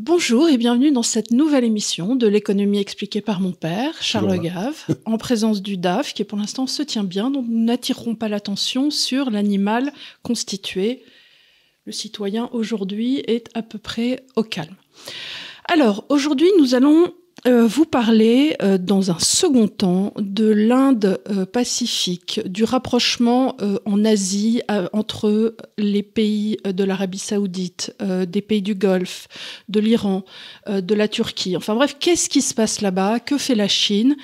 Bonjour et bienvenue dans cette nouvelle émission de l'économie expliquée par mon père, Charles Gave, en présence du DAF qui pour l'instant se tient bien, donc nous n'attirerons pas l'attention sur l'animal constitué. Le citoyen aujourd'hui est à peu près au calme. Alors aujourd'hui nous allons vous parler dans un second temps de l'Inde Pacifique, du rapprochement en Asie entre les pays de l'Arabie Saoudite, des pays du Golfe, de l'Iran, de la Turquie. Enfin bref, qu'est-ce qui se passe là-bas? Que fait la Chine?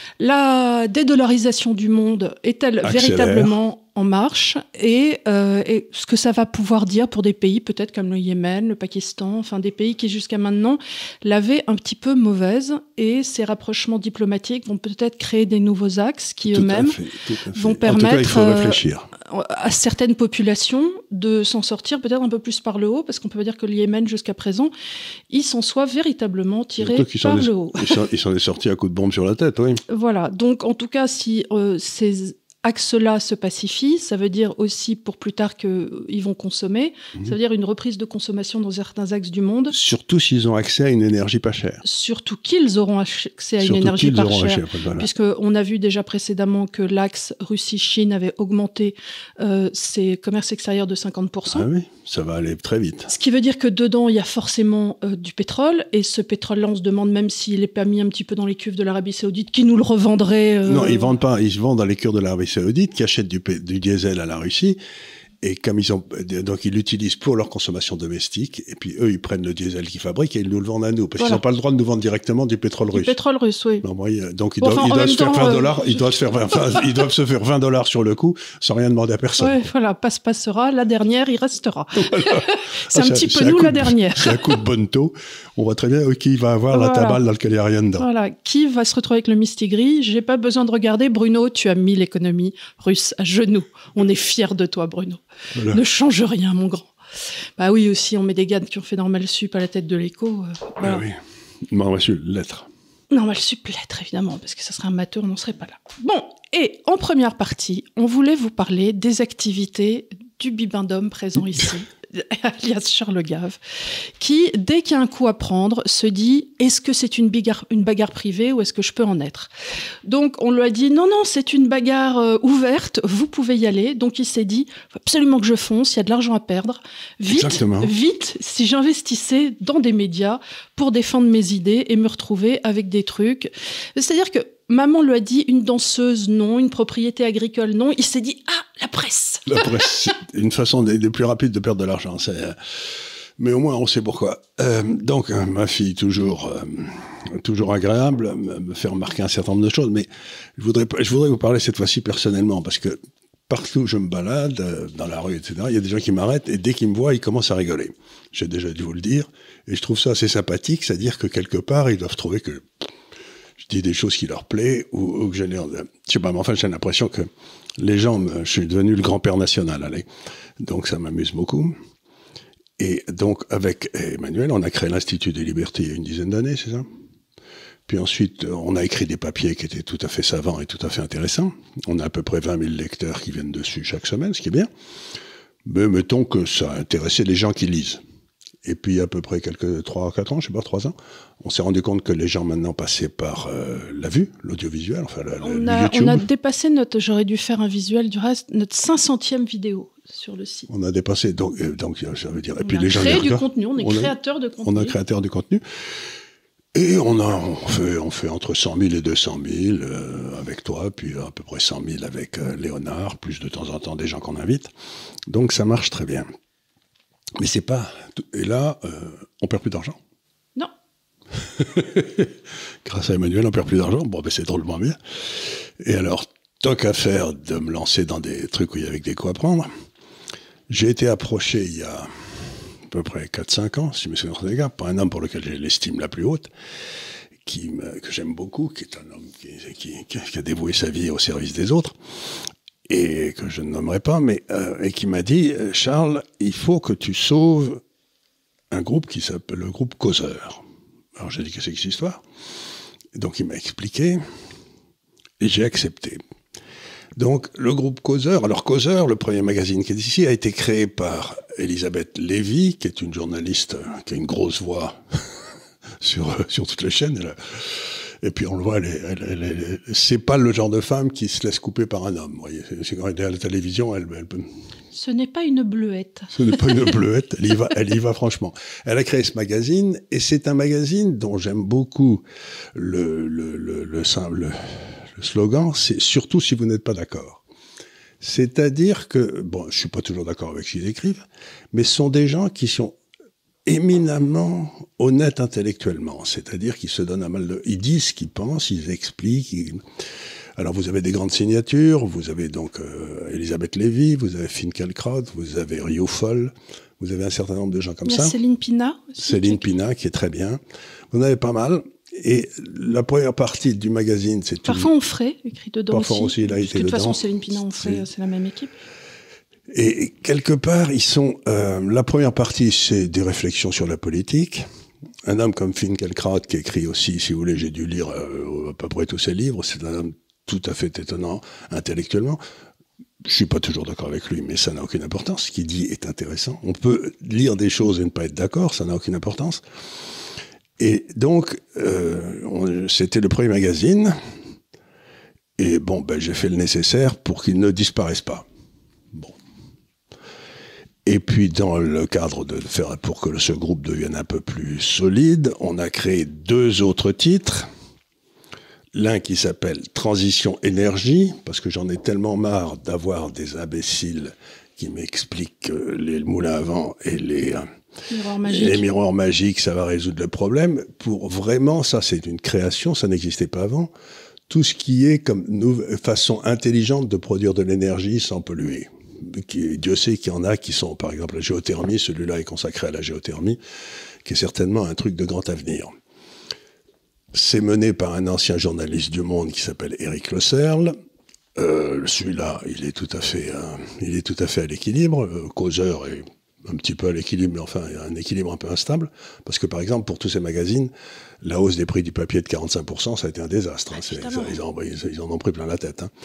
La dédollarisation du monde est-elle véritablement en marche et ce que ça va pouvoir dire pour des pays peut-être comme le Yémen, le Pakistan, enfin des pays qui jusqu'à maintenant l'avaient un petit peu mauvaise, et ces rapprochements diplomatiques vont peut-être créer des nouveaux axes qui eux-mêmes vont permettre il faut réfléchir. À certaines populations de s'en sortir peut-être un peu plus par le haut, parce qu'on peut dire que le Yémen jusqu'à présent, il s'en soit véritablement tiré par le haut. Il s'en est sorti à coups de bombe sur la tête, oui. Voilà, donc en tout cas si ces axes-là se pacifient, ça veut dire aussi pour plus tard qu'ils vont consommer, ça veut dire une reprise de consommation dans certains axes du monde. Surtout s'ils ont accès à une énergie pas chère. Surtout qu'ils auront accès à une énergie pas chère, puisqu'on a vu déjà précédemment que l'axe Russie-Chine avait augmenté ses commerces extérieurs de 50%. Ah oui, ça va aller très vite. Ce qui veut dire que dedans, il y a forcément du pétrole, et ce pétrole-là, on se demande même s'il n'est pas mis un petit peu dans les cuves de l'Arabie Saoudite, qui nous le revendrait... Non, ils vendent pas, ils vendent dans les cuves de l'Arabie Saoudite, qui achètent du diesel à la Russie, et comme donc ils l'utilisent pour leur consommation domestique, et puis eux, ils prennent le diesel qu'ils fabriquent et ils nous le vendent à nous, parce qu'ils n'ont pas le droit de nous vendre directement du pétrole russe. Du pétrole russe, oui. Non, donc ils doivent se faire $20, ils doivent se faire $20 sur le coup, sans rien demander à personne. Oui, voilà, passe-passera, la dernière, il restera. Voilà. C'est un petit peu nous, la dernière. C'est un coup de bonneteau. On voit très bien qui va avoir la tabale dans laquelle il n'y a rien dedans. Voilà, qui va se retrouver avec le mistigris? J'ai pas besoin de regarder. Bruno, tu as mis l'économie russe à genoux. On est fiers de toi, Bruno. Voilà. Ne change rien, mon grand. Bah oui, aussi, on met des gars qui ont fait Normal Sup à la tête de l'écho. Voilà. Ah oui, Normal Sup, lettres. Normal Sup, lettres, évidemment, parce que ça serait un matheux, on n'en serait pas là. Bon, et en première partie, on voulait vous parler des activités du bibendum présent ici, alias Charles Gave, qui, dès qu'il y a un coup à prendre, se dit « Est-ce que c'est une bagarre privée ou est-ce que je peux en être ?» Donc, on lui a dit « Non, c'est une bagarre ouverte, vous pouvez y aller. » Donc, il s'est dit « Faut absolument que je fonce, il y a de l'argent à perdre. Vite, si j'investissais dans des médias pour défendre mes idées et me retrouver avec des trucs. » C'est-à-dire que maman lui a dit une danseuse, non, une propriété agricole, non. Il s'est dit, la presse. La presse, c'est une façon des plus rapides de perdre de l'argent. Mais au moins, on sait pourquoi. Donc, ma fille, toujours agréable, me fait remarquer un certain nombre de choses. Mais je voudrais vous parler cette fois-ci personnellement, parce que partout où je me balade, dans la rue, etc., il y a des gens qui m'arrêtent et dès qu'ils me voient, ils commencent à rigoler. J'ai déjà dû vous le dire. Et je trouve ça assez sympathique, c'est-à-dire que quelque part, ils doivent trouver que je dis des choses qui leur plaisent ou que je sais pas, mais enfin, j'ai l'impression que les gens, je suis devenu le grand-père national, allez. Donc, ça m'amuse beaucoup. Et donc, avec Emmanuel, on a créé l'Institut des Libertés il y a une dizaine d'années, c'est ça? Puis ensuite, on a écrit des papiers qui étaient tout à fait savants et tout à fait intéressants. On a à peu près 20 000 lecteurs qui viennent dessus chaque semaine, ce qui est bien. Mais mettons que ça a intéressé les gens qui lisent. Et puis, à peu près 3 ans, 3 ans, on s'est rendu compte que les gens maintenant passaient par la vue, l'audiovisuel, enfin, YouTube. On a dépassé j'aurais dû faire un visuel du reste, notre 500e vidéo sur le site. On a dépassé, donc ça veut dire... Et puis les gens créé du contenu, on est créateur de contenu. On a créateur de contenu. Et on fait entre 100 000 et 200 000 avec toi, puis à peu près 100 000 avec Léonard, plus de temps en temps des gens qu'on invite. Donc, ça marche très bien. Mais c'est pas... Et là, on perd plus d'argent. Non. Grâce à Emmanuel, on perd plus d'argent. Bon, ben c'est drôlement bien. Et alors, tant qu'à faire de me lancer dans des trucs où il y avait des coups à prendre, j'ai été approché il y a à peu près 4-5 ans, si je me souviens très bien, par un homme pour lequel j'ai l'estime la plus haute, que j'aime beaucoup, qui est un homme qui a dévoué sa vie au service des autres, et que je ne nommerai pas, mais et qui m'a dit « Charles, il faut que tu sauves un groupe qui s'appelle le groupe Causeur ». Alors j'ai dit « Qu'est-ce que c'est que cette histoire ?» Donc il m'a expliqué, et j'ai accepté. Donc le groupe Causeur, alors Causeur, le premier magazine qui est ici, a été créé par Elisabeth Lévy, qui est une journaliste qui a une grosse voix sur toutes les chaînes. Et puis on le voit, c'est pas le genre de femme qui se laisse couper par un homme. Vous voyez, c'est quand elle est à la télévision, elle peut... Ce n'est pas une bleuette. Ce n'est pas une bleuette, elle y va franchement. Elle a créé ce magazine, et c'est un magazine dont j'aime beaucoup le slogan, c'est « Surtout si vous n'êtes pas d'accord ». C'est-à-dire que, bon, je suis pas toujours d'accord avec ce qu'ils écrivent, mais ce sont des gens qui sont éminemment honnêtes intellectuellement. C'est-à-dire qu'ils se donnent à mal ils disent ce qu'ils pensent, ils expliquent. Alors, vous avez des grandes signatures, vous avez donc Elisabeth Lévy, vous avez Finkielkraut, vous avez Rio Foll, vous avez un certain nombre de gens comme ça. Il y a Céline Pina aussi. Céline Pina, qui est très bien. Vous en avez pas mal. Et la première partie du magazine, c'est... Parfois Onfray, écrit dedans Parfois aussi, il a été dedans. De toute façon, Céline Pina, Onfray, c'est la même équipe. Et quelque part, ils sont... la première partie, c'est des réflexions sur la politique. Un homme comme Finkielkraut, qui écrit aussi, si vous voulez, j'ai dû lire à peu près tous ses livres, c'est un homme tout à fait étonnant intellectuellement. Je suis pas toujours d'accord avec lui, mais ça n'a aucune importance. Ce qu'il dit est intéressant. On peut lire des choses et ne pas être d'accord, ça n'a aucune importance. Et donc, c'était le premier magazine. Et bon, ben, j'ai fait le nécessaire pour qu'il ne disparaisse pas. Bon. Et puis, dans le cadre de faire pour que ce groupe devienne un peu plus solide, on a créé 2 autres titres. L'un qui s'appelle Transition Énergie, parce que j'en ai tellement marre d'avoir des imbéciles qui m'expliquent que les moulins à vent et les miroirs magiques, ça va résoudre le problème. Pour vraiment, ça c'est une création, ça n'existait pas avant. Tout ce qui est comme façon intelligente de produire de l'énergie sans polluer. Dieu sait qu'il y en a qui sont, par exemple, la géothermie, celui-là est consacré à la géothermie, qui est certainement un truc de grand avenir. C'est mené par un ancien journaliste du Monde qui s'appelle Éric Le Serle. Celui-là, il est tout à fait à l'équilibre. Causeur est un petit peu à l'équilibre, mais enfin, il y a un équilibre un peu instable. Parce que, par exemple, pour tous ces magazines, la hausse des prix du papier de 45%, ça a été un désastre. Ils en ont pris plein la tête. Hein.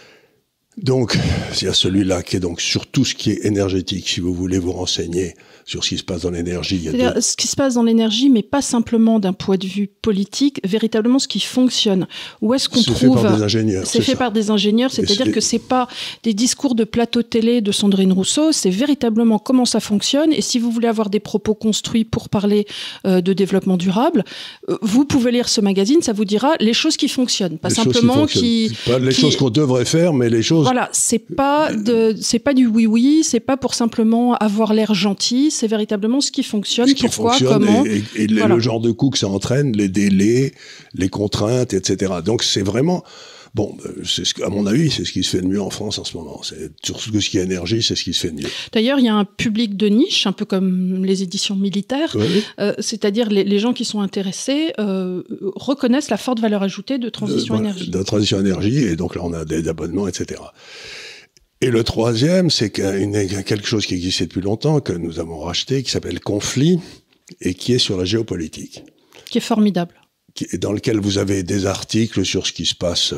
Donc, il y a celui-là qui est donc sur tout ce qui est énergétique. Si vous voulez vous renseigner sur ce qui se passe dans l'énergie. C'est-à-dire ce qui se passe dans l'énergie, mais pas simplement d'un point de vue politique, véritablement ce qui fonctionne. Où est-ce qu'on trouve... C'est fait par des ingénieurs. C'est fait par des ingénieurs, c'est-à-dire que c'est pas des discours de plateau télé de Sandrine Rousseau, c'est véritablement comment ça fonctionne. Et si vous voulez avoir des propos construits pour parler de développement durable, vous pouvez lire ce magazine, ça vous dira les choses qui fonctionnent. Pas simplement pas les choses qu'on devrait faire, mais les choses... Voilà, c'est pas du oui-oui, c'est pas pour simplement avoir l'air gentil, c'est véritablement ce qui fonctionne, comment... Et voilà. Le genre de coût que ça entraîne, les délais, les contraintes, etc. Donc c'est vraiment... Bon, à mon avis, c'est ce qui se fait de mieux en France en ce moment. Sur ce qui est énergie, c'est ce qui se fait de mieux. D'ailleurs, il y a un public de niche, un peu comme les éditions militaires, oui. C'est-à-dire les gens qui sont intéressés reconnaissent la forte valeur ajoutée de Transition Énergie. De Transition Énergie, et donc là, on a des abonnements, etc. Et le troisième, c'est quelque chose qui existait depuis longtemps, que nous avons racheté, qui s'appelle Conflit, et qui est sur la géopolitique. Qui est formidable. Dans lequel vous avez des articles sur ce qui se passe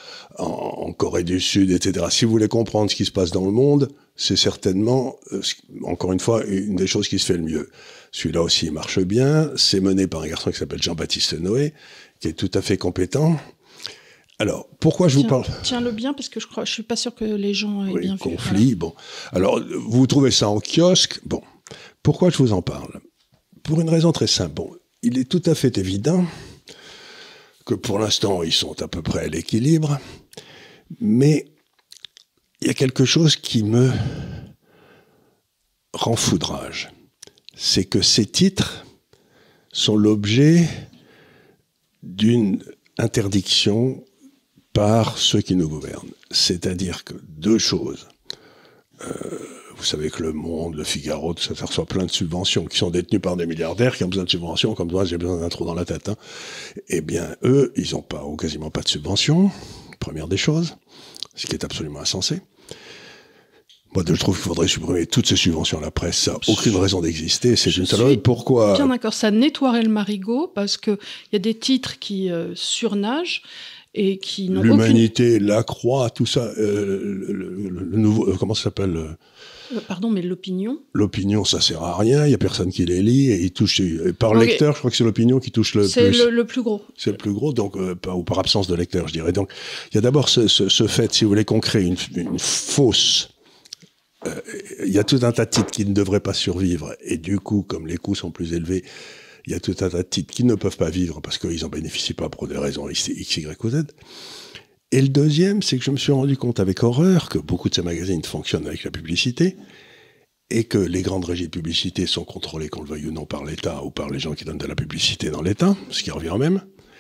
en Corée du Sud, etc. Si vous voulez comprendre ce qui se passe dans le monde, c'est certainement, encore une fois, une des choses qui se fait le mieux. Celui-là aussi, il marche bien. C'est mené par un garçon qui s'appelle Jean-Baptiste Noé, qui est tout à fait compétent. Alors, pourquoi je vous parle... Tiens-le bien, parce que je suis pas sûr que les gens aient bien vu. Conflit, voilà. Bon. Alors, vous trouvez ça en kiosque. Bon. Pourquoi je vous en parle? Pour une raison très simple. Bon, il est tout à fait évident que pour l'instant, ils sont à peu près à l'équilibre, mais il y a quelque chose qui me rend foudrage. C'est que ces titres sont l'objet d'une interdiction par ceux qui nous gouvernent. C'est-à-dire que 2 choses. Vous savez que Le Monde, Le Figaro, tout ça reçoit plein de subventions qui sont détenues par des milliardaires qui ont besoin de subventions, comme moi j'ai besoin d'un trou dans la tête. Hein. Eh bien, eux, ils n'ont pas, ou quasiment pas de subventions, première des choses, ce qui est absolument insensé. Moi, je trouve qu'il faudrait supprimer toutes ces subventions à la presse. Ça n'a aucune raison d'exister. C'est une saloperie. Pourquoi? Bien d'accord, ça nettoierait le marigot, parce qu'il y a des titres qui surnagent, et qui n'ont l'humanité, la croix, tout ça, le nouveau, comment ça s'appelle Pardon, mais l'opinion? L'opinion, ça sert à rien, il y a personne qui les lit, et ils touchent, par lecteur, je crois que c'est l'opinion qui touche le plus. C'est le plus gros. C'est le plus gros, donc, ou par absence de lecteur, je dirais. Donc, il y a d'abord ce fait, si vous voulez, qu'on crée une fausse. Il y a tout un tas de titres qui ne devraient pas survivre, et du coup, comme les coûts sont plus élevés, il y a tout un tas de titres qui ne peuvent pas vivre parce qu'ils n'en bénéficient pas pour des raisons X, Y ou Z. Et le deuxième, c'est que je me suis rendu compte avec horreur que beaucoup de ces magazines fonctionnent avec la publicité et que les grandes régies de publicité sont contrôlées, qu'on le veuille ou non, par l'État ou par les gens qui donnent de la publicité dans l'État, ce qui revient au même,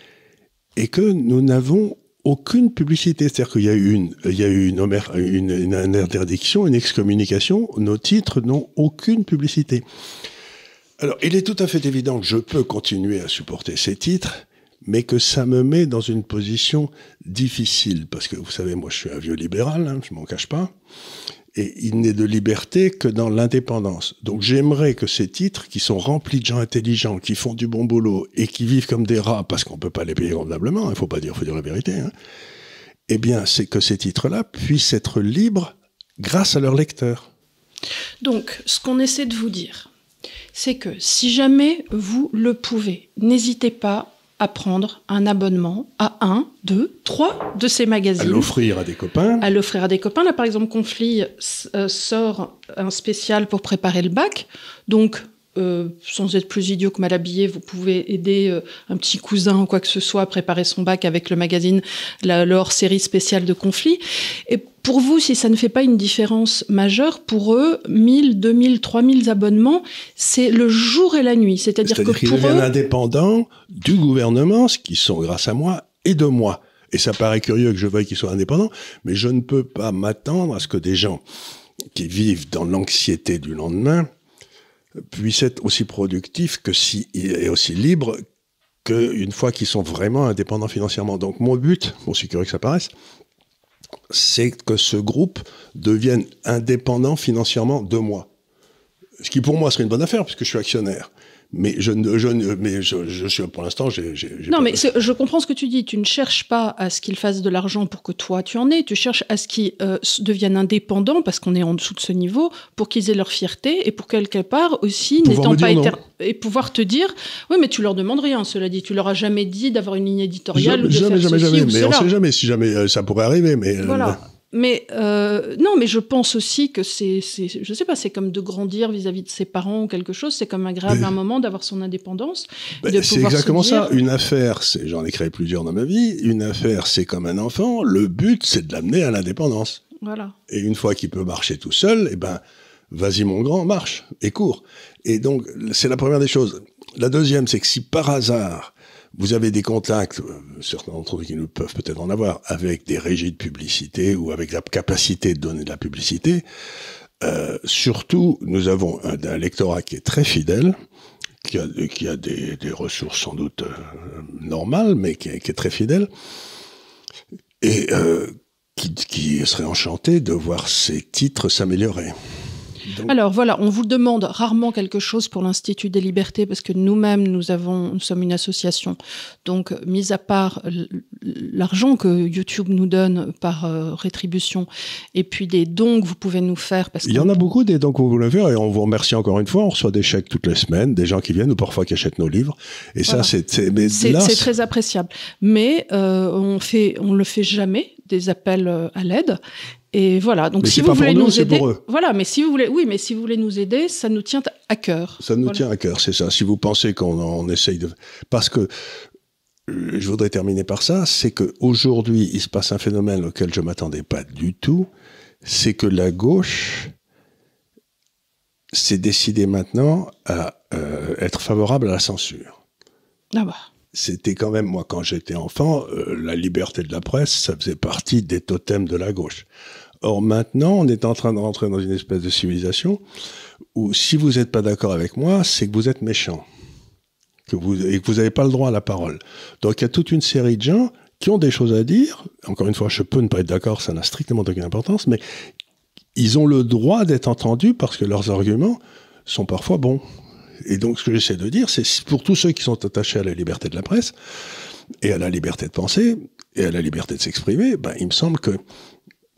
et que nous n'avons aucune publicité. C'est-à-dire qu'il y a eu une interdiction, une excommunication. Nos titres n'ont aucune publicité. Alors, il est tout à fait évident que je peux continuer à supporter ces titres, mais que ça me met dans une position difficile. Parce que, vous savez, moi, je suis un vieux libéral, hein, je m'en cache pas. Et il n'est de liberté que dans l'indépendance. Donc, j'aimerais que ces titres, qui sont remplis de gens intelligents, qui font du bon boulot, et qui vivent comme des rats, parce qu'on peut pas les payer convenablement, il faut dire la vérité, hein, eh bien, c'est que ces titres-là puissent être libres grâce à leurs lecteurs. Donc, ce qu'on essaie de vous dire, c'est que si jamais vous le pouvez, n'hésitez pas à prendre un abonnement à 1, 2, 3 de ces magazines. À l'offrir à des copains. À l'offrir à des copains. Là, par exemple, Conflit sort un spécial pour préparer le bac. Donc, sans être plus idiot que mal habillé, vous pouvez aider un petit cousin ou quoi que ce soit à préparer son bac avec le magazine, le hors-série spéciale de Conflit. Et pour vous, si ça ne fait pas une différence majeure, pour eux, 1000, 2000, 3000 abonnements, c'est le jour et la nuit. C'est-à-dire que qu'ils pour deviennent eux... indépendants du gouvernement, ce qui sont grâce à moi et de moi. Et ça paraît curieux que je veuille qu'ils soient indépendants, mais je ne peux pas m'attendre à ce que des gens qui vivent dans l'anxiété du lendemain puissent être aussi productifs et aussi libres qu'une fois qu'ils sont vraiment indépendants financièrement. Donc mon but, aussi curieux que ça paraisse, c'est que ce groupe devienne indépendant financièrement de moi. Ce qui pour moi serait une bonne affaire, puisque je suis actionnaire. Mais je suis, pour l'instant, Non, mais je comprends ce que tu dis. Tu ne cherches pas à ce qu'ils fassent de l'argent pour que toi, tu en aies. Tu cherches à ce qu'ils deviennent indépendants, parce qu'on est en dessous de ce niveau, pour qu'ils aient leur fierté et pour quelque part aussi, n'étant pas et pouvoir te dire, oui, mais tu leur demandes rien, cela dit. Tu leur as jamais dit d'avoir une ligne éditoriale ou de faire ceci ou mais cela. On sait jamais si jamais ça pourrait arriver. Mais voilà. Mais non, mais je pense aussi que je sais pas, c'est comme de grandir vis-à-vis de ses parents ou quelque chose. C'est comme agréable à un moment d'avoir son indépendance. C'est exactement ça. Une affaire, j'en ai créé plusieurs dans ma vie. Une affaire, c'est comme un enfant. Le but, c'est de l'amener à l'indépendance. Voilà. Et une fois qu'il peut marcher tout seul, eh ben, vas-y mon grand, marche et cours. Et donc, c'est la première des choses. La deuxième, c'est que si par hasard vous avez des contacts, certains d'entre vous qui ne peuvent peut-être en avoir, avec des régies de publicité ou avec la capacité de donner de la publicité. Surtout, nous avons un lectorat qui est très fidèle, qui a des ressources sans doute normales, mais qui est très fidèle, et qui serait enchanté de voir ses titres s'améliorer. Donc... Alors voilà, on vous demande rarement quelque chose pour l'Institut des Libertés parce que nous-mêmes, nous sommes une association. Donc, mis à part l'argent que YouTube nous donne par rétribution et puis des dons que vous pouvez nous faire. Il y en a beaucoup des dons que vous voulez faire et on vous remercie encore une fois. On reçoit des chèques toutes les semaines, des gens qui viennent ou parfois qui achètent nos livres. Et voilà. Ça, c'est très appréciable. Mais on le fait jamais, des appels à l'aide. Et voilà, donc mais si vous voulez nous aider, pour eux. Voilà, mais si vous voulez nous aider, ça nous tient à cœur. Ça nous tient à cœur, c'est ça. Si vous pensez qu'on essaye de, parce que je voudrais terminer par ça, c'est que aujourd'hui il se passe un phénomène auquel je m'attendais pas du tout, c'est que la gauche s'est décidée maintenant à être favorable à la censure. Ah bah. C'était quand même, moi, quand j'étais enfant, la liberté de la presse, ça faisait partie des totems de la gauche. Or, maintenant, on est en train de rentrer dans une espèce de civilisation où, si vous n'êtes pas d'accord avec moi, c'est que vous êtes méchant. Et que vous n'avez pas le droit à la parole. Donc, il y a toute une série de gens qui ont des choses à dire. Encore une fois, je peux ne pas être d'accord, ça n'a strictement aucune importance, mais ils ont le droit d'être entendus parce que leurs arguments sont parfois bons. Et donc, ce que j'essaie de dire, c'est pour tous ceux qui sont attachés à la liberté de la presse, et à la liberté de penser, et à la liberté de s'exprimer, il me semble que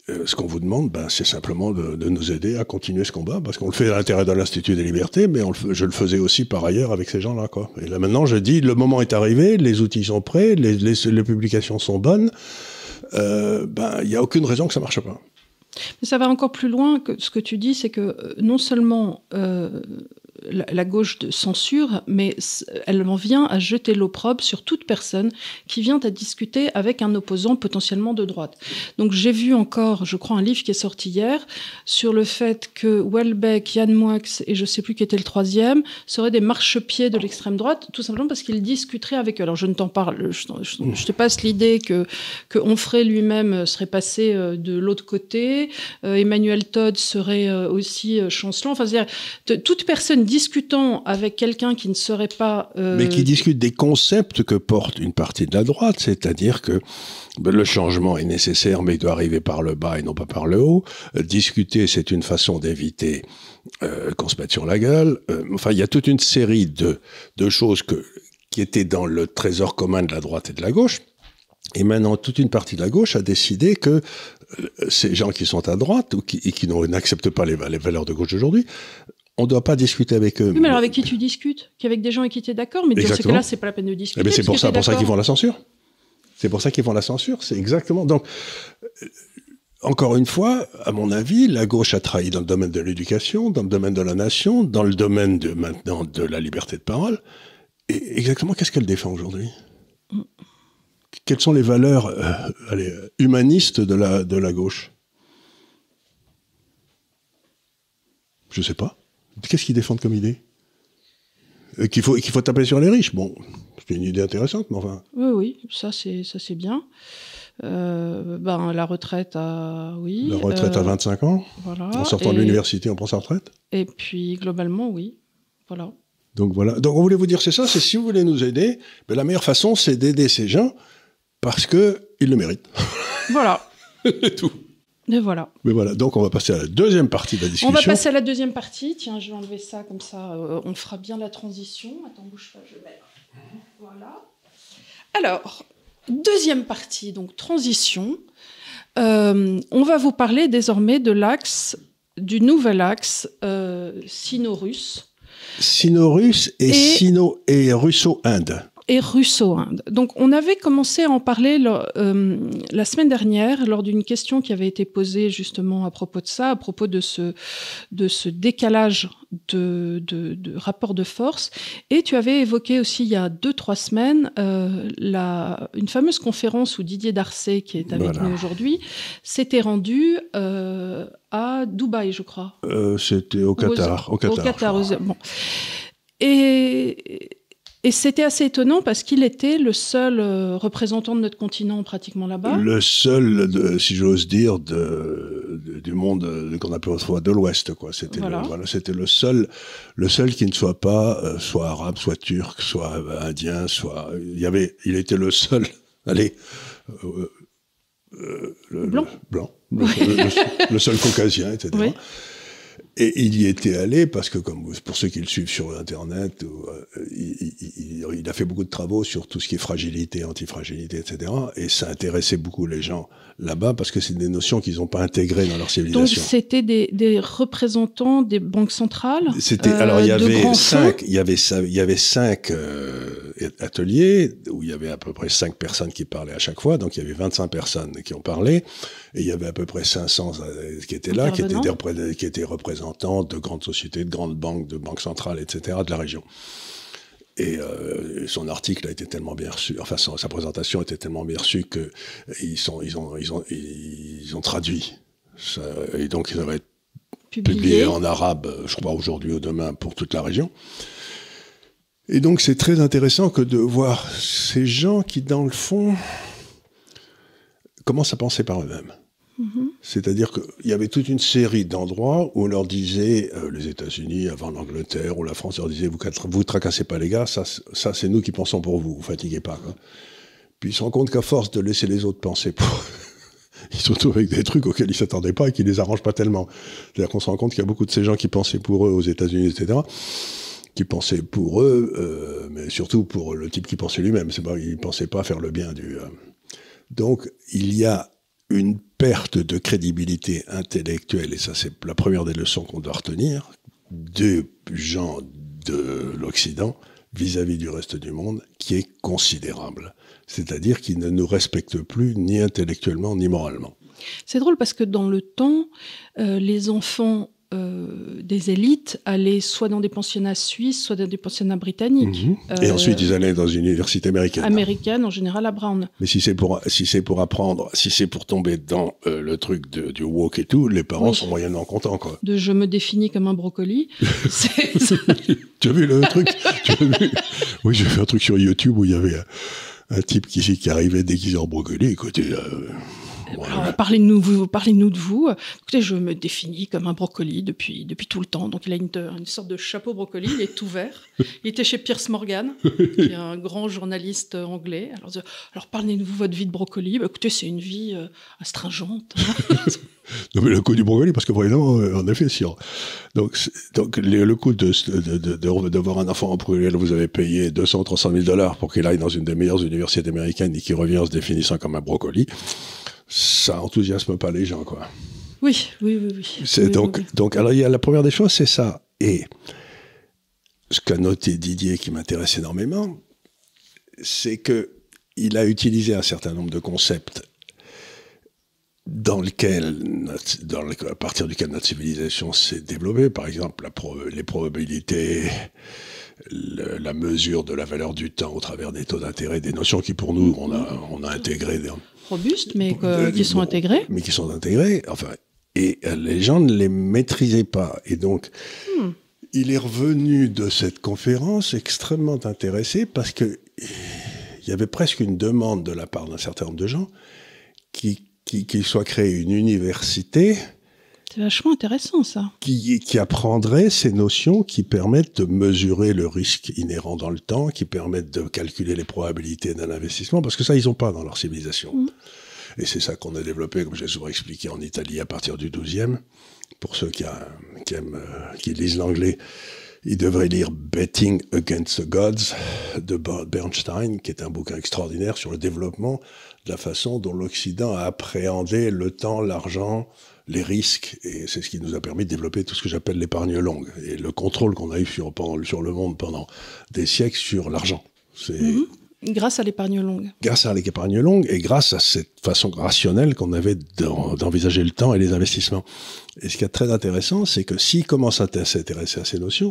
ce qu'on vous demande, c'est simplement de nous aider à continuer ce combat, parce qu'on le fait à l'intérieur de l'Institut des Libertés, mais je le faisais aussi par ailleurs avec ces gens-là, quoi. Et là maintenant, je dis, le moment est arrivé, les outils sont prêts, les publications sont bonnes, il n'y a aucune raison que ça marche pas. Mais ça va encore plus loin que ce que tu dis, c'est que non seulement la gauche censure, mais elle en vient à jeter l'opprobre sur toute personne qui vient à discuter avec un opposant potentiellement de droite. Donc j'ai vu encore, je crois, un livre qui est sorti hier sur le fait que Houellebecq, Yann Moix et je ne sais plus qui était le troisième seraient des marchepieds de l'extrême droite, tout simplement parce qu'ils discuteraient avec eux. Alors je ne t'en parle, je te passe l'idée que Onfray lui-même serait passé de l'autre côté, Emmanuel Todd serait aussi chancelant. Enfin, c'est-à-dire, toute personne discutant avec quelqu'un qui ne serait pas... Mais qui discute des concepts que porte une partie de la droite, c'est-à-dire que le changement est nécessaire, mais il doit arriver par le bas et non pas par le haut. Discuter, c'est une façon d'éviter qu'on se mette sur la gueule. Enfin, il y a toute une série de choses qui étaient dans le trésor commun de la droite et de la gauche. Et maintenant, toute une partie de la gauche a décidé que ces gens qui sont à droite ou qui n'acceptent pas les valeurs de gauche d'aujourd'hui, on ne doit pas discuter avec eux. Oui, mais alors avec qui tu discutes? Qu'avec des gens avec qui tu es d'accord? Mais dans ce cas-là, c'est pas la peine de discuter. Mais c'est pour ça qu'ils font la censure. C'est pour ça qu'ils font la censure. C'est exactement. Donc, encore une fois, à mon avis, la gauche a trahi dans le domaine de l'éducation, dans le domaine de la nation, dans le domaine maintenant de la liberté de parole. Et exactement, qu'est-ce qu'elle défend aujourd'hui? Quelles sont les valeurs humanistes de la gauche? Je ne sais pas. Qu'est-ce qu'ils défendent comme idée? Qu'il faut taper sur les riches. Bon, c'est une idée intéressante, mais enfin... Oui, ça c'est bien. La retraite à... Oui. La retraite à 25 ans. Voilà. En sortant de l'université, on prend sa retraite. Et puis, globalement, oui. Voilà. Donc voilà. Donc on voulait vous dire, c'est ça, c'est si vous voulez nous aider, la meilleure façon, c'est d'aider ces gens parce qu'ils le méritent. Voilà. C'est tout. Et voilà. Mais voilà, donc on va passer à la deuxième partie de la discussion. On va passer à la deuxième partie. Tiens, je vais enlever ça comme ça, on fera bien la transition. Attends, bouge pas, je vais... Voilà. Alors, deuxième partie, donc transition. On va vous parler désormais du nouvel axe sino-russe. Sino-russe et russo-inde. Et russo-inde. Donc, on avait commencé à en parler la semaine dernière lors d'une question qui avait été posée justement à propos de ça, à propos de ce décalage de rapport de force. Et tu avais évoqué aussi il y a 2-3 semaines une fameuse conférence où Didier Darcet, qui est avec nous aujourd'hui, s'était rendu à Dubaï, je crois. C'était au Qatar. Au Qatar. Bon. Et c'était assez étonnant parce qu'il était le seul représentant de notre continent pratiquement là-bas. Le seul, si j'ose dire, du monde qu'on appelle autrefois de l'Ouest, quoi. C'était c'était le seul qui ne soit pas soit arabe, soit turc, soit indien, soit il était le seul. Allez. Blanc. Le seul caucasien, etc. Oui. Et il y était allé parce que, pour ceux qui le suivent sur Internet, il a fait beaucoup de travaux sur tout ce qui est fragilité, antifragilité, etc. Et ça intéressait beaucoup les gens là-bas parce que c'est des notions qu'ils n'ont pas intégrées dans leur civilisation. Donc c'était des représentants des banques centrales. Alors il y avait cinq ateliers où il y avait à peu près 5 personnes qui parlaient à chaque fois. Donc il y avait 25 personnes qui ont parlé et il y avait à peu près 500 qui étaient là, qui étaient représentants de grandes sociétés, de grandes banques, de banques centrales, etc. de la région. Et son article a été tellement bien reçu, enfin sa présentation était tellement bien reçue que ils ont traduit ça, et donc ça va être publié en arabe, je crois aujourd'hui ou demain pour toute la région. Et donc c'est très intéressant que de voir ces gens qui dans le fond commencent à penser par eux-mêmes. C'est-à-dire qu'il y avait toute une série d'endroits où on leur disait, les États-Unis avant l'Angleterre, ou la France leur disait, vous tracassez pas les gars, ça c'est nous qui pensons pour vous, vous fatiguez pas, quoi. Puis ils se rendent compte qu'à force de laisser les autres penser pour ils se retrouvent avec des trucs auxquels ils s'attendaient pas et qui les arrangent pas tellement. C'est-à-dire qu'on se rend compte qu'il y a beaucoup de ces gens qui pensaient pour eux aux États-Unis, etc., qui pensaient pour eux, mais surtout pour le type qui pensait lui-même. Il pensait pas faire le bien du... Donc, il y a une perte de crédibilité intellectuelle, et ça c'est la première des leçons qu'on doit retenir, des gens de l'Occident vis-à-vis du reste du monde, qui est considérable. C'est-à-dire qu'ils ne nous respectent plus ni intellectuellement ni moralement. C'est drôle parce que dans le temps, les enfants des élites allaient soit dans des pensionnats suisses, soit dans des pensionnats britanniques. Et ensuite, ils allaient dans une université américaine. Américaine, en général à Brown. Mais si c'est pour apprendre, si c'est pour tomber dans le truc du woke et tout, les parents sont moyennement contents, quoi. De je me définis comme un brocoli. Tu as vu le truc? Oui, j'ai fait un truc sur YouTube où il y avait un type qui arrivait déguisé en brocoli. Écoutez, alors, parlez-nous de vous. Écoutez, je me définis comme un brocoli depuis tout le temps. Donc, il a une sorte de chapeau brocoli, il est tout vert. Il était chez Piers Morgan, qui est un grand journaliste anglais. Alors parlez-nous de votre vie de brocoli. Écoutez, c'est une vie astringente. Non, mais le coup du brocoli, parce que vraiment, en effet, sûr. Donc le coût de voir un enfant pour lequel vous avez payé 200 300 000 $ pour qu'il aille dans une des meilleures universités américaines et qu'il revient en se définissant comme un brocoli, ça enthousiasme pas les gens, quoi. Oui. Donc, alors, il y a la première des choses, c'est ça. Et ce qu'a noté Didier, qui m'intéresse énormément, c'est que il a utilisé un certain nombre de concepts à partir duquel notre civilisation s'est développée. Par exemple, les probabilités, la mesure de la valeur du temps au travers des taux d'intérêt, des notions qui, pour nous, on a intégrées. Robustes, mais qui sont intégrés. Mais qui sont intégrés, enfin, et les gens ne les maîtrisaient pas. Et donc, il est revenu de cette conférence extrêmement intéressé parce qu'il y avait presque une demande de la part d'un certain nombre de gens qu'il soit créé une université. C'est vachement intéressant, ça. Qui apprendrait ces notions qui permettent de mesurer le risque inhérent dans le temps, qui permettent de calculer les probabilités d'un investissement, parce que ça, ils n'ont pas dans leur civilisation. Et c'est ça qu'on a développé, comme j'ai souvent expliqué, en Italie à partir du XIIe. Pour ceux qui lisent l'anglais, ils devraient lire Betting Against the Gods de Bernstein, qui est un bouquin extraordinaire sur le développement de la façon dont l'Occident a appréhendé le temps, l'argent, les risques, et c'est ce qui nous a permis de développer tout ce que j'appelle l'épargne longue, et le contrôle qu'on a eu sur le monde pendant des siècles sur l'argent. Grâce à l'épargne longue. Grâce à l'épargne longue, et grâce à cette façon rationnelle qu'on avait d'envisager le temps et les investissements. Et ce qui est très intéressant, c'est que s'ils commencent à s'intéresser à ces notions,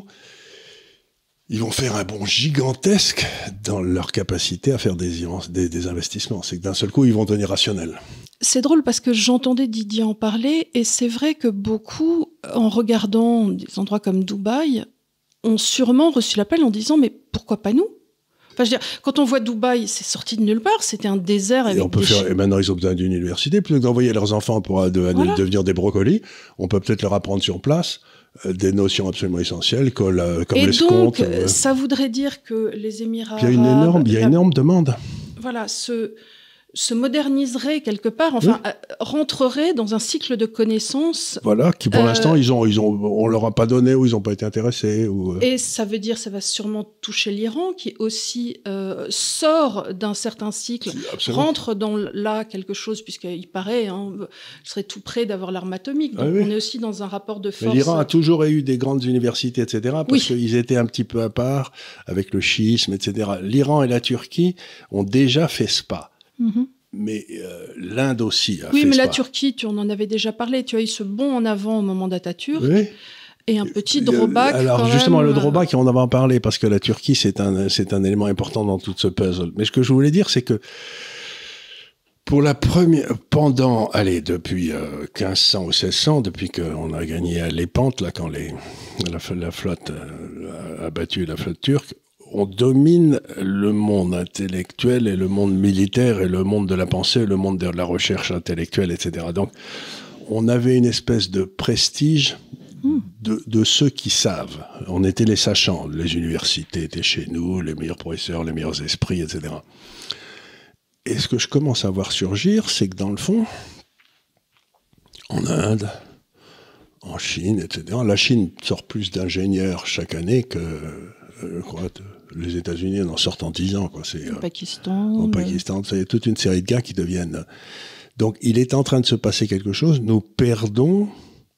ils vont faire un bond gigantesque dans leur capacité à faire des investissements. C'est que d'un seul coup, ils vont devenir rationnels. C'est drôle parce que j'entendais Didier en parler, et c'est vrai que beaucoup, en regardant des endroits comme Dubaï, ont sûrement reçu l'appel en disant « mais pourquoi pas nous ?» Enfin, je veux dire, quand on voit Dubaï, c'est sorti de nulle part, c'était un désert avec et maintenant, ils ont besoin d'une université. Plutôt que d'envoyer leurs enfants pour devenir des brocolis, on peut peut-être leur apprendre sur place des notions absolument essentielles comme l'escompte. Et donc, ça voudrait dire que les Émirats arabes... Il y a une énorme demande. Voilà, se moderniserait quelque part, rentrerait dans un cycle de connaissances. Voilà, qui pour l'instant, on leur a pas donné ou ils n'ont pas été intéressés. Et ça veut dire, ça va sûrement toucher l'Iran, qui aussi sort d'un certain cycle, rentre dans là quelque chose, puisqu'il paraît, je serais tout près d'avoir l'arme atomique. Donc on est aussi dans un rapport de force. Mais l'Iran a toujours eu des grandes universités, etc., parce qu'ils étaient un petit peu à part avec le chiisme, etc. L'Iran et la Turquie ont déjà fait ce pas. Mais l'Inde aussi a fait mais ça. la Turquie, on en avait déjà parlé, tu as eu ce bond en avant au moment d'Atatürk, et un petit drawback. Alors justement, le drawback, on en va en parler, parce que la Turquie, c'est un élément important dans tout ce puzzle. Mais ce que je voulais dire, c'est que pour depuis 1500 ou 1600, depuis qu'on a gagné à Lépante, là, quand la flotte a battu la flotte turque, on domine le monde intellectuel et le monde militaire et le monde de la pensée, le monde de la recherche intellectuelle, etc. Donc, on avait une espèce de prestige de ceux qui savent. On était les sachants. Les universités étaient chez nous, les meilleurs professeurs, les meilleurs esprits, etc. Et ce que je commence à voir surgir, c'est que dans le fond, en Inde, en Chine, etc., la Chine sort plus d'ingénieurs chaque année que... les États-Unis en sortent en 10 ans. Au Pakistan. Au Pakistan, il y a toute une série de gars qui deviennent Donc, il est en train de se passer quelque chose. Nous perdons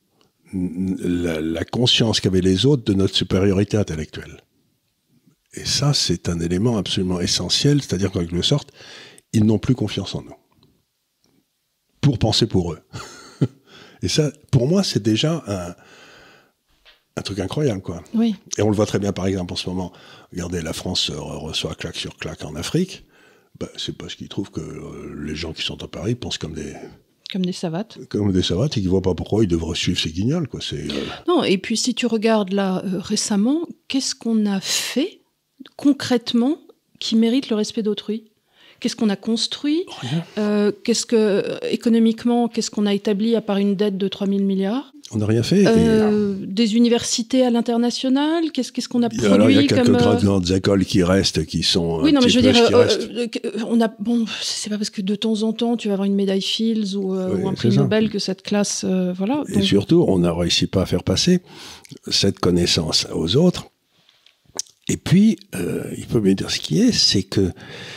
la conscience qu'avaient les autres de notre supériorité intellectuelle. Et ça, c'est un élément absolument essentiel. C'est-à-dire qu'en quelque sorte, ils n'ont plus confiance en nous. Pour penser pour eux. Et ça, pour moi, c'est déjà un truc incroyable, quoi. Oui. Et on le voit très bien, par exemple, en ce moment. Regardez, la France reçoit claque sur claque en Afrique. C'est parce qu'ils trouvent que les gens qui sont à Paris pensent comme des savates. Comme des savates, et qu'ils ne voient pas pourquoi ils devraient suivre ces guignols, quoi. Non, et puis si tu regardes là, récemment, qu'est-ce qu'on a fait concrètement qui mérite le respect d'autrui ? Qu'est-ce qu'on a construit ? Économiquement, qu'est-ce qu'on a établi à part une dette de 3 000 milliards ? On n'a rien fait. Des universités à l'international, qu'est-ce qu'on a produit comme... Alors, il y a quelques grandes écoles qui restent, qui sont... Oui, non, mais je veux dire, c'est pas parce que de temps en temps, tu vas avoir une médaille Fields ou un prix Nobel que cette classe... voilà. Et surtout, on n'a réussi pas à faire passer cette connaissance aux autres. Et puis, il faut bien dire ce qui est, c'est que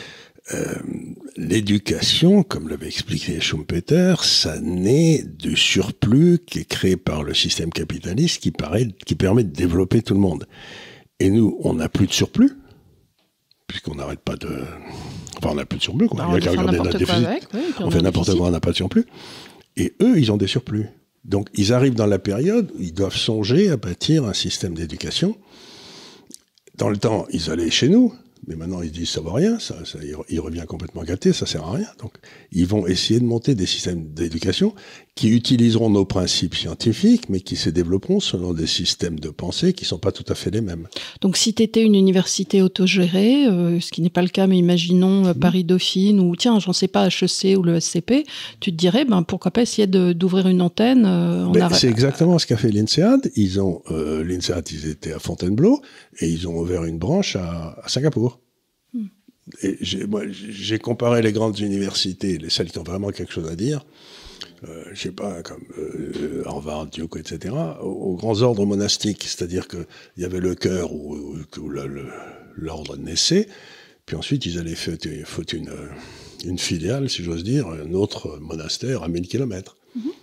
l'éducation, comme l'avait expliqué Schumpeter, ça naît du surplus qui est créé par le système capitaliste qui permet de développer tout le monde. Et nous, on n'a plus de surplus, puisqu'on n'arrête pas de... Enfin, on n'a plus de surplus, quoi. Il y a qu'à regarder notre déficit. On fait n'importe quoi, on n'a pas de surplus. Et eux, ils ont des surplus. Donc, ils arrivent dans la période où ils doivent songer à bâtir un système d'éducation. Dans le temps, ils allaient chez nous. Mais maintenant, ils se disent, ça ne vaut rien, il revient complètement gâté, ça ne sert à rien. Donc, ils vont essayer de monter des systèmes d'éducation qui utiliseront nos principes scientifiques, mais qui se développeront selon des systèmes de pensée qui ne sont pas tout à fait les mêmes. Donc, si tu étais une université autogérée, ce qui n'est pas le cas, mais imaginons Paris-Dauphine, ou tiens, j'en sais pas, HEC ou le SCP, tu te dirais, pourquoi pas essayer d'ouvrir une antenne C'est exactement ce qu'a fait l'INSEAD. L'INSEAD, ils étaient à Fontainebleau, et ils ont ouvert une branche à Singapour. Et j'ai comparé les grandes universités, celles qui ont vraiment quelque chose à dire, je sais pas, comme Harvard, Duke, etc., aux grands ordres monastiques, c'est-à-dire qu'il y avait le chœur où l'ordre naissait, puis ensuite ils allaient foutre une filiale, si j'ose dire, un autre monastère à 1000 kilomètres.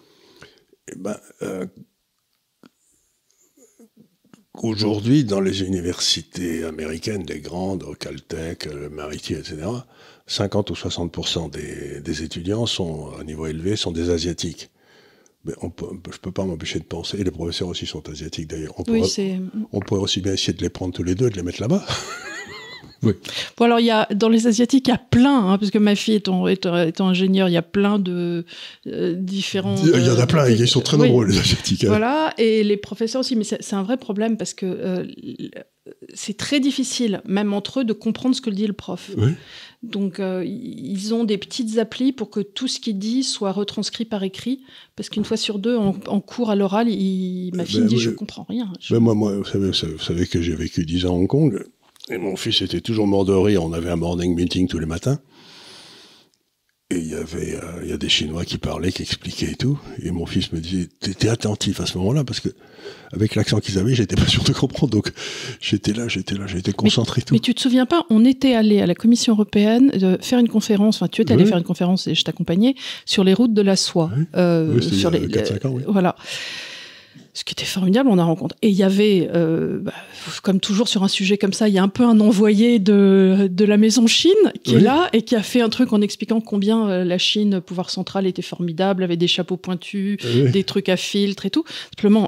Aujourd'hui, dans les universités américaines, les grandes, Caltech, MIT, etc., 50 ou 60% des étudiants à niveau élevé sont des Asiatiques. Mais je ne peux pas m'empêcher de penser, et les professeurs aussi sont asiatiques d'ailleurs, on pourrait aussi bien essayer de les prendre tous les deux et de les mettre là-bas. Oui. Bon, alors, dans les Asiatiques, il y a plein, parce que ma fille étant ingénieure, il y a plein de différents... Il y en a plein, ils sont très nombreux, les Asiatiques. Voilà, et les professeurs aussi, mais c'est un vrai problème, parce que c'est très difficile, même entre eux, de comprendre ce que dit le prof. Oui. Donc, ils ont des petites applis pour que tout ce qu'il dit soit retranscrit par écrit, parce qu'une fois sur deux, en cours à l'oral, ma fille me dit « je comprends rien ». Moi, vous savez que j'ai vécu 10 ans à Hong Kong. Et mon fils était toujours mort de rire. On avait un morning meeting tous les matins. Et il y a des Chinois qui parlaient, qui expliquaient et tout. Et mon fils me disait, t'étais attentif à ce moment-là, parce que avec l'accent qu'ils avaient, j'étais pas sûr de comprendre. Donc j'étais concentré. Mais tu te souviens pas, on était allé à la Commission européenne faire une conférence, enfin tu étais allé faire une conférence et je t'accompagnais, sur les routes de la soie. Sur les 4-5 ans, oui. Voilà. Ce qui était formidable, on a rencontré. Et il y avait, comme toujours sur un sujet comme ça, il y a un peu un envoyé de la maison Chine qui est là et qui a fait un truc en expliquant combien la Chine, pouvoir central, était formidable, avait des chapeaux pointus, des trucs à filtre et tout. Simplement,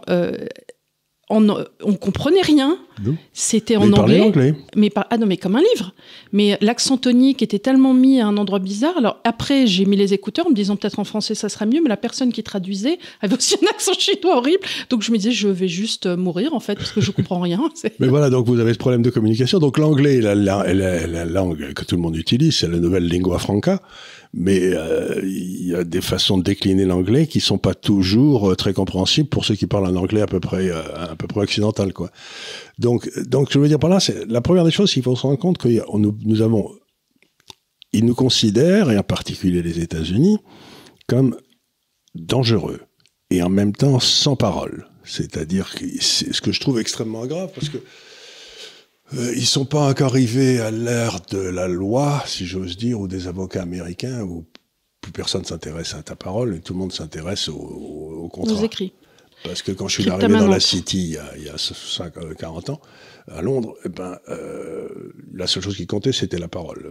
on comprenait rien. Non. C'était en anglais. Mais comme un livre. Mais l'accent tonique était tellement mis à un endroit bizarre. Alors après, j'ai mis les écouteurs en me disant peut-être en français ça sera mieux, mais la personne qui traduisait avait aussi un accent chinois horrible. Donc je me disais je vais juste mourir en fait parce que je comprends rien. Mais voilà, donc vous avez ce problème de communication. Donc l'anglais, la langue que tout le monde utilise, c'est la nouvelle lingua franca. Mais il y a des façons de décliner l'anglais qui sont pas toujours très compréhensibles pour ceux qui parlent un anglais à peu près occidental, quoi. Donc je veux dire par là, c'est la première des choses, il faut se rendre compte que ils nous considèrent, et en particulier les États-Unis, comme dangereux et en même temps sans parole. C'est-à-dire que c'est ce que je trouve extrêmement grave parce que ils sont pas encore arrivés à l'ère de la loi, si j'ose dire, ou des avocats américains, où plus personne s'intéresse à ta parole et tout le monde s'intéresse au contrat. Aux écrits. Parce que quand je suis arrivé dans la City il y a 40 ans, à Londres, la seule chose qui comptait, c'était la parole.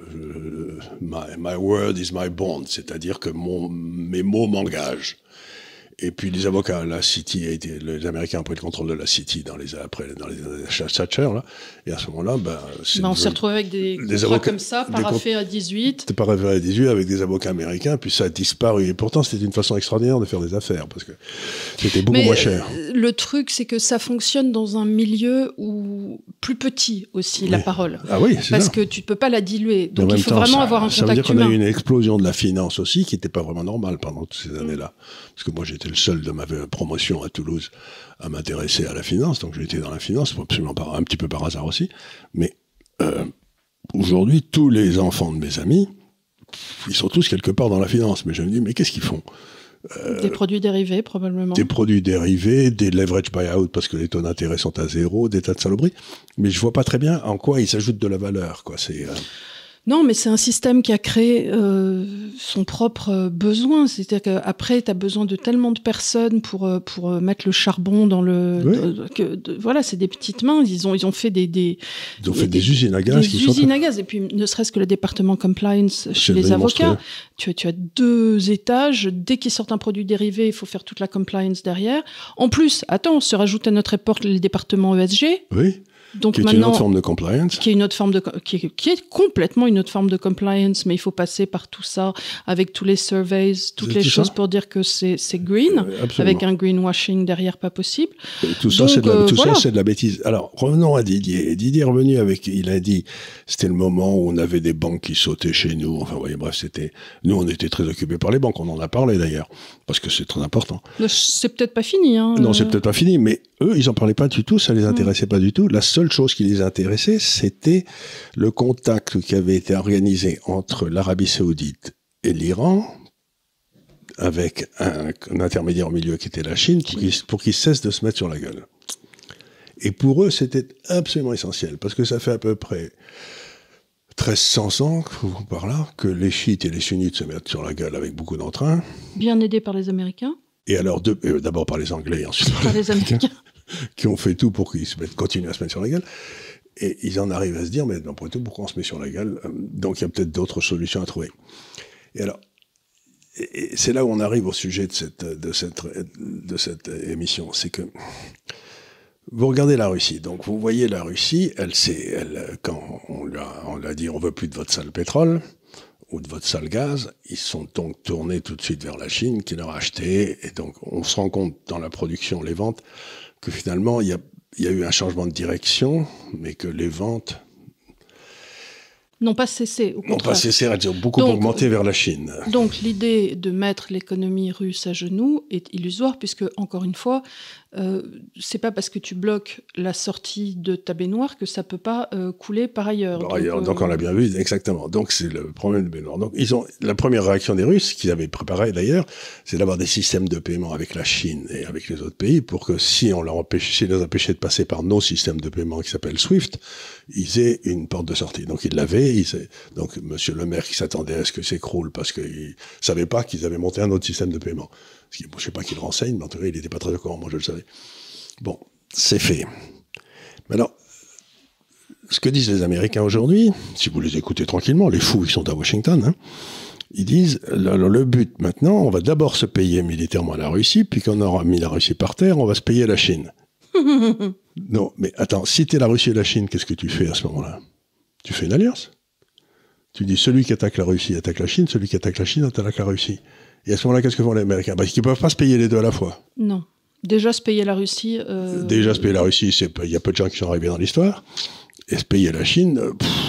My word is my bond, c'est-à-dire que mes mots m'engagent. Et puis les avocats, la City les Américains ont pris le contrôle de la City dans les Thatcher, là. Et à ce moment-là, on s'est retrouvé avec des avocats comme ça, paraffés à 18. C'était paraffé à 18 avec des avocats américains, puis ça a disparu. Et pourtant, c'était une façon extraordinaire de faire des affaires, parce que c'était beaucoup moins cher. Le truc, c'est que ça fonctionne dans un milieu plus petit aussi, la parole. Ah oui, c'est parce ça. que tu ne peux pas la diluer. Donc il faut vraiment avoir un contact humain. Ça veut dire qu'on a eu une explosion de la finance aussi, qui n'était pas vraiment normale pendant toutes ces années-là. Parce que moi, j'étais le seul de ma promotion à Toulouse à m'intéresser à la finance, donc j'étais dans la finance, absolument un petit peu par hasard aussi. Mais aujourd'hui, tous les enfants de mes amis, ils sont tous quelque part dans la finance. Mais je me dis, mais qu'est-ce qu'ils font ? Des produits dérivés, probablement. Des produits dérivés, des leverage buyout parce que les taux d'intérêt sont à 0, des tas de saloperies. Mais je vois pas très bien en quoi ils s'ajoutent de la valeur, quoi. Non, mais c'est un système qui a créé son propre besoin. C'est-à-dire qu'après, tu as besoin de tellement de personnes pour mettre le charbon dans le... Oui. Voilà, c'est des petites mains. Ils ont fait des usines à gaz. Des usines à gaz. Et puis, ne serait-ce que le département compliance chez les avocats. Tu as 2 étages. Dès qu'ils sortent un produit dérivé, il faut faire toute la compliance derrière. En plus, se rajoute à notre époque le département ESG. Oui. Donc qui est une autre forme de compliance. Qui est complètement une autre forme de compliance, mais il faut passer par tout ça, avec tous les surveys, toutes les choses pour dire que c'est green, avec un greenwashing derrière pas possible. Et tout ça, c'est de la bêtise. Alors, revenons à Didier. Didier est revenu il a dit, c'était le moment où on avait des banques qui sautaient chez nous. Enfin, voyez, bref, nous, on était très occupés par les banques. On en a parlé d'ailleurs, parce que c'est très important. C'est peut-être pas fini, hein. Non, c'est peut-être pas fini, mais eux, ils en parlaient pas du tout, ça les intéressait pas du tout. La seule chose qui les intéressait, c'était le contact qui avait été organisé entre l'Arabie Saoudite et l'Iran, avec un intermédiaire au milieu qui était la Chine, pour qu'ils cessent de se mettre sur la gueule. Et pour eux, c'était absolument essentiel, parce que ça fait à peu près 1300 ans, par là, que les chiites et les sunnites se mettent sur la gueule avec beaucoup d'entrain. Bien aidés par les Américains. Et alors, d'abord par les Anglais, ensuite par les Américains. Qui ont fait tout pour qu'ils continuent à se mettre sur la gueule. Et ils en arrivent à se dire, mais après tout, pourquoi on se met sur la gueule ? Donc il y a peut-être d'autres solutions à trouver. Et alors, c'est là où on arrive au sujet de cette émission. C'est que vous regardez la Russie. Donc vous voyez la Russie, quand on l'a dit, on veut plus de votre sale pétrole ou de votre sale gaz, ils sont donc tournés tout de suite vers la Chine qui leur a acheté. Et donc on se rend compte dans la production, les ventes, que finalement, il y a eu un changement de direction, mais que les ventes n'ont pas cessé, au contraire. N'ont pas cessé, elles ont beaucoup augmenté vers la Chine. Donc l'idée de mettre l'économie russe à genoux est illusoire, puisque, encore une fois, c'est pas parce que tu bloques la sortie de ta baignoire que ça peut pas couler par ailleurs. Donc on l'a bien vu, exactement. Donc c'est le problème de baignoire. Donc la première réaction des Russes, qu'ils avaient préparée d'ailleurs, c'est d'avoir des systèmes de paiement avec la Chine et avec les autres pays, pour que si les empêchait de passer par nos systèmes de paiement qui s'appellent SWIFT, ils aient une porte de sortie. Donc ils l'avaient. Donc Monsieur le maire qui s'attendait à ce que s'écroule parce qu'il savait pas qu'ils avaient monté un autre système de paiement. Je ne sais pas qui le renseigne, mais en tout cas, il n'était pas très au courant, moi je le savais. Bon, c'est fait. Maintenant, ce que disent les Américains aujourd'hui, si vous les écoutez tranquillement, les fous, ils sont à Washington, hein, ils disent, le but maintenant, on va d'abord se payer militairement la Russie, puis quand on aura mis la Russie par terre, on va se payer la Chine. Non, mais attends, si t'es la Russie et la Chine, qu'est-ce que tu fais à ce moment-là ? Tu fais une alliance ? Tu dis, celui qui attaque la Russie attaque la Chine, celui qui attaque la Chine attaque la Russie. Et à ce moment-là, qu'est-ce que font les Américains ? Parce qu'ils ne peuvent pas se payer les deux à la fois. Non. Déjà, se payer la Russie... Déjà, se payer la Russie, il y a peu de gens qui sont arrivés dans l'histoire. Et se payer la Chine...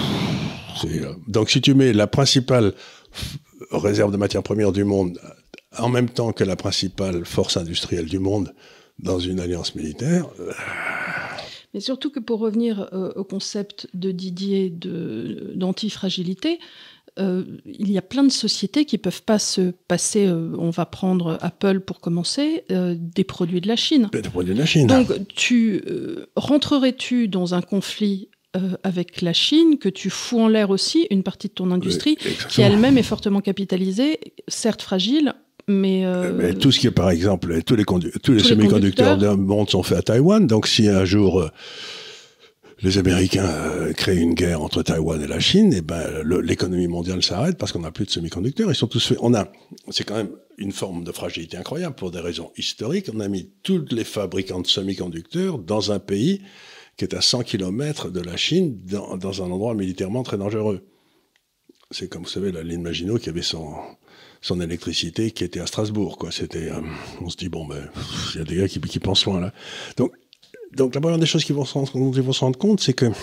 Donc, si tu mets la principale réserve de matières premières du monde en même temps que la principale force industrielle du monde dans une alliance militaire... Mais surtout que pour revenir au concept de Didier d'antifragilité... il y a plein de sociétés qui ne peuvent pas se passer, on va prendre Apple pour commencer, des produits de la Chine. Des produits de la Chine. Donc, rentrerais-tu dans un conflit avec la Chine que tu fous en l'air aussi une partie de ton industrie qui elle-même est fortement capitalisée, certes fragile, mais tout ce qui est, par exemple, tous les semi-conducteurs du monde sont faits à Taïwan. Donc, si un jour les Américains créent une guerre entre Taïwan et la Chine, et ben l'économie mondiale s'arrête parce qu'on n'a plus de semi-conducteurs. Ils sont tous faits. C'est quand même une forme de fragilité incroyable pour des raisons historiques. On a mis tous les fabricants de semi-conducteurs dans un pays qui est à 100 km de la Chine, dans un endroit militairement très dangereux. C'est comme, vous savez, la ligne Maginot qui avait son électricité qui était à Strasbourg, quoi. C'était, on se dit, bon, ben, il y a des gars qui pensent loin, là. Donc la première des choses dont ils vont se rendre compte, c'est que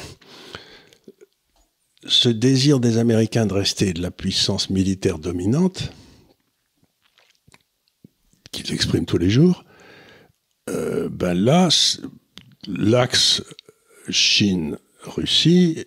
ce désir des Américains de rester de la puissance militaire dominante, qu'ils expriment tous les jours, ben là, l'axe Chine-Russie,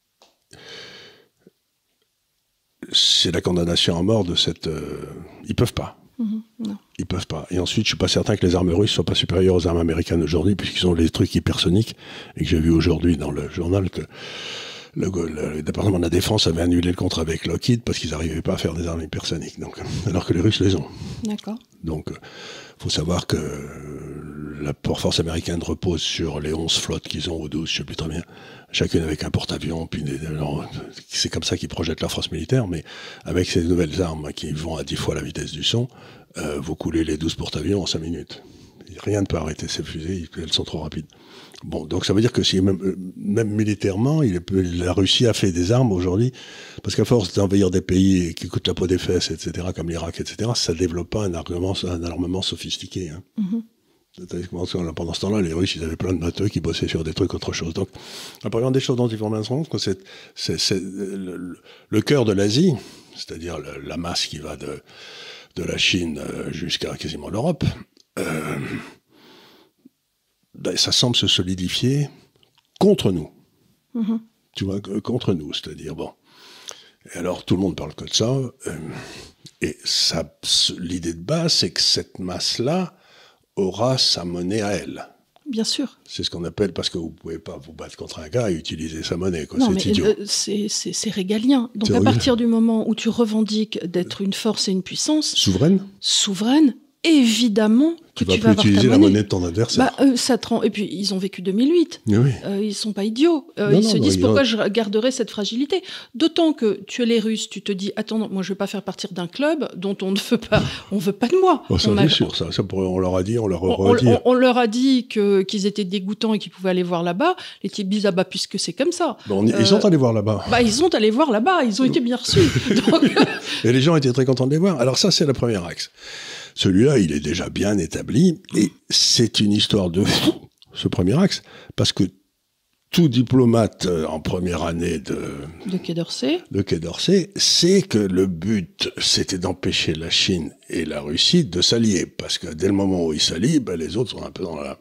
c'est la condamnation à mort de cette... ils peuvent pas. Non. Ils peuvent pas. Et ensuite, je suis pas certain que les armes russes soient pas supérieures aux armes américaines aujourd'hui, puisqu'ils ont les trucs hypersoniques, et que j'ai vu aujourd'hui dans le journal que le département de la Défense avait annulé le contrat avec Lockheed parce qu'ils n'arrivaient pas à faire des armes hypersoniques, donc, alors que les Russes les ont. D'accord. Donc, faut savoir que la force américaine repose sur les 11 flottes qu'ils ont, ou 12, je sais plus très bien, chacune avec un porte-avions, puis c'est comme ça qu'ils projettent leur force militaire, mais avec ces nouvelles armes qui vont à 10 fois la vitesse du son, vous coulez les 12 porte-avions en 5 minutes. Rien ne peut arrêter ces fusées, elles sont trop rapides. Bon, donc ça veut dire que si même militairement, la Russie a fait des armes aujourd'hui, parce qu'à force d'envahir des pays qui coûtent la peau des fesses, etc., comme l'Irak, etc., ça ne développe pas un armement sophistiqué. Hein. Pendant ce temps-là, les Russes, ils avaient plein de bateaux qui bossaient sur des trucs autre chose. Donc, la première des choses dont ils vont se rendre compte, c'est le cœur de l'Asie, c'est-à-dire la masse qui va de la Chine jusqu'à quasiment l'Europe. Ben, ça semble se solidifier contre nous. Tu vois, contre nous, c'est-à-dire, bon. Et alors, tout le monde parle que de ça. Et l'idée de base, c'est que cette masse-là aura sa monnaie à elle. Bien sûr. C'est ce qu'on appelle, parce que vous ne pouvez pas vous battre contre un gars et utiliser sa monnaie. Quoi. Non, c'est idiot. C'est régalien. Donc, à partir du moment où tu revendiques d'être une force et une puissance... Souveraine, évidemment que tu vas avoir utiliser la monnaie de ton adversaire. Et puis, ils ont vécu 2008. Oui. Ils ne sont pas idiots. Ils se disent pourquoi je garderai cette fragilité. D'autant que tu es les Russes, tu te dis attends, moi je ne veux pas faire partir d'un club dont on ne veut pas, on veut pas de moi. Oh, ça, c'est sûr, ça on leur a dit, on leur redit. On leur a dit qu'ils étaient dégoûtants et qu'ils pouvaient aller voir là-bas. Les types disent ah bah puisque c'est comme ça. Bon, ils sont allés voir là-bas. Ils sont allés voir là-bas, ils ont été bien reçus. Donc... Et les gens étaient très contents de les voir. Alors ça, c'est le premier axe. Celui-là, il est déjà bien établi, et c'est une histoire de fou, ce premier axe, parce que tout diplomate en première année de Quai d'Orsay sait que le but, c'était d'empêcher la Chine et la Russie de s'allier, parce que dès le moment où ils s'allient, les autres sont un peu dans la...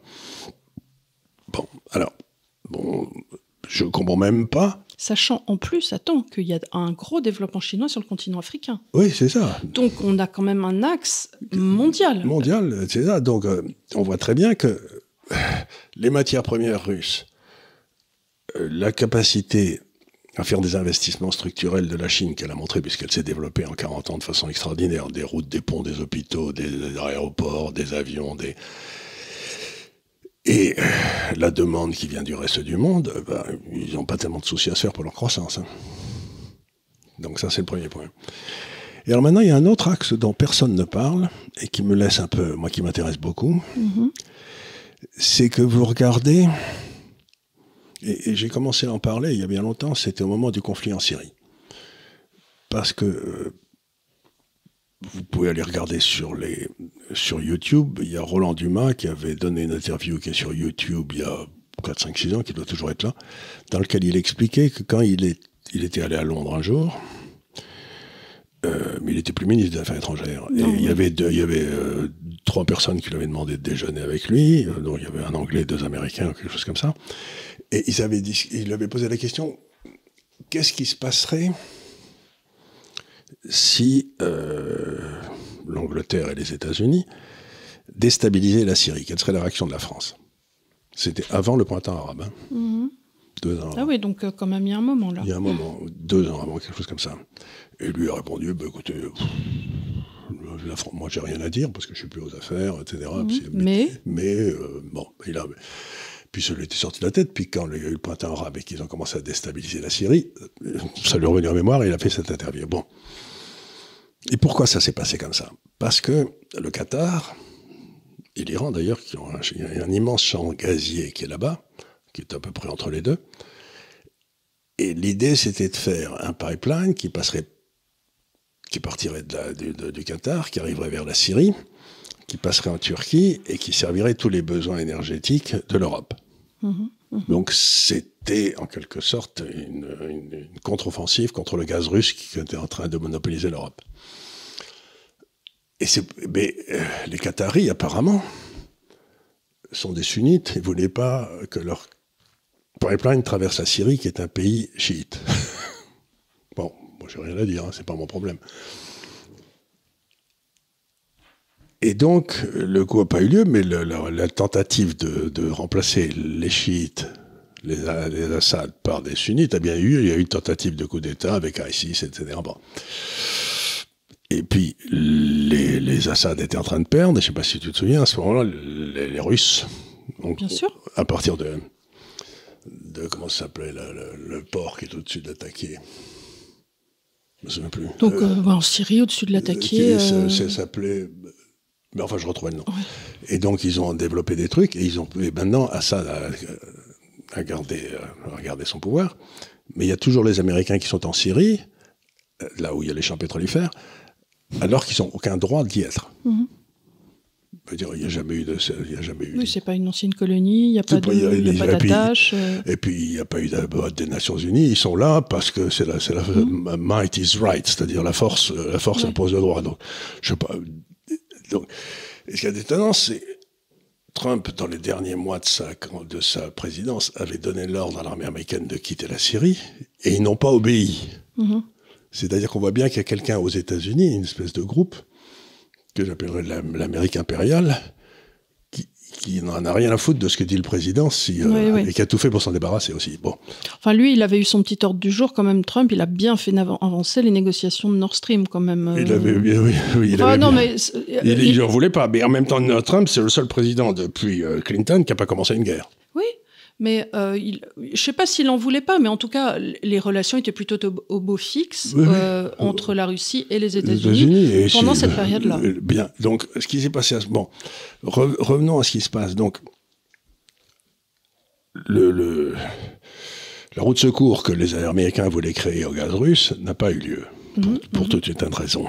Je comprends même pas. Sachant en plus, qu'il y a un gros développement chinois sur le continent africain. Oui, c'est ça. Donc on a quand même un axe mondial. Mondial, c'est ça. Donc on voit très bien que les matières premières russes, la capacité à faire des investissements structurels de la Chine qu'elle a montré, puisqu'elle s'est développée en 40 ans de façon extraordinaire, des routes, des ponts, des hôpitaux, des aéroports, des avions, Et la demande qui vient du reste du monde, ils n'ont pas tellement de soucis à se faire pour leur croissance. Hein. Donc ça, c'est le premier point. Et alors maintenant, il y a un autre axe dont personne ne parle, et qui me laisse un peu, moi qui m'intéresse beaucoup, c'est que vous regardez, et j'ai commencé à en parler il y a bien longtemps, c'était au moment du conflit en Syrie. Parce que... vous pouvez aller regarder sur YouTube, il y a Roland Dumas qui avait donné une interview qui est sur YouTube il y a 4, 5, 6 ans, qui doit toujours être là, dans lequel il expliquait que quand il était allé à Londres un jour, mais il n'était plus ministre des Affaires étrangères, et il y avait 3 personnes qui lui avaient demandé de déjeuner avec lui, dont il y avait un Anglais, 2 Américains, ou quelque chose comme ça, et il lui avait posé la question, qu'est-ce qui se passerait si l'Angleterre et les États-Unis déstabilisaient la Syrie? Quelle serait la réaction de la France? C'était avant le printemps arabe. Hein. 2 ans. Ah oui, donc quand même il y a un moment là. Il y a un moment, 2 ans avant, quelque chose comme ça. Et lui a répondu, bah, écoutez, moi j'ai rien à dire parce que je suis plus aux affaires, etc. Mais bon, puis ça lui était sorti de la tête. Puis quand il y a eu le printemps arabe et qu'ils ont commencé à déstabiliser la Syrie, ça lui est revenu en mémoire et il a fait cette interview. Bon. Et pourquoi ça s'est passé comme ça? Parce que le Qatar et l'Iran d'ailleurs, qui ont un immense champ gazier qui est là-bas, qui est à peu près entre les deux. Et l'idée, c'était de faire un pipeline qui partirait du Qatar, qui arriverait vers la Syrie, qui passerait en Turquie et qui servirait tous les besoins énergétiques de l'Europe. Donc c'était en quelque sorte une contre-offensive contre le gaz russe qui était en train de monopoliser l'Europe. Mais les Qataris, apparemment, sont des sunnites et ne voulaient pas que leur pipeline traverse la Syrie, qui est un pays chiite. Bon, moi j'ai rien à dire, c'est pas mon problème. Et donc, le coup n'a pas eu lieu, mais la tentative de remplacer les chiites, les Assad, par des sunnites a bien eu. Il y a eu une tentative de coup d'État avec ISIS, etc. Bon. Et puis, les Assad étaient en train de perdre, je ne sais pas si tu te souviens, à ce moment-là, les Russes, donc, bien sûr, à partir de comment ça s'appelait, le port qui est au-dessus de l'Ataquié. Je ne me souviens plus. Donc, en Syrie, au-dessus de l'Ataquié. Ça s'appelait... Mais enfin, je retrouvais le nom. Ouais. Et donc, ils ont développé des trucs, et maintenant, Assad a gardé son pouvoir. Mais il y a toujours les Américains qui sont en Syrie, là où il y a les champs pétrolifères, alors qu'ils n'ont aucun droit d'y être. Je veux dire, il n'y a jamais eu de... Oui, c'est pas une ancienne colonie, il n'y a pas d'attache. Et puis, il n'y a pas eu de des Nations Unies. Ils sont là parce que c'est la might is right, c'est-à-dire la force impose le droit. Donc, je sais pas... Donc, ce qui est étonnant, c'est Trump, dans les derniers mois de sa présidence, avait donné l'ordre à l'armée américaine de quitter la Syrie, et ils n'ont pas obéi. C'est-à-dire qu'on voit bien qu'il y a quelqu'un aux États-Unis, une espèce de groupe, que j'appellerais l'Amérique impériale, qui n'en a rien à foutre de ce que dit le président, et qui a tout fait pour s'en débarrasser aussi. Bon. Enfin, lui, il avait eu son petit ordre du jour, quand même, Trump, il a bien fait avancer les négociations de Nord Stream, quand même. Il n'en voulait pas, mais en même temps, Trump, c'est le seul président depuis Clinton qui n'a pas commencé une guerre. Oui, mais je ne sais pas s'il n'en voulait pas, mais en tout cas, les relations étaient plutôt au beau fixe entre la Russie et les États-Unis pendant cette période-là. Bien, donc ce qui s'est passé Bon, revenons à ce qui se passe. Donc, la route de secours que les Américains voulaient créer au gaz russe n'a pas eu lieu, pour toute une tas de raisons.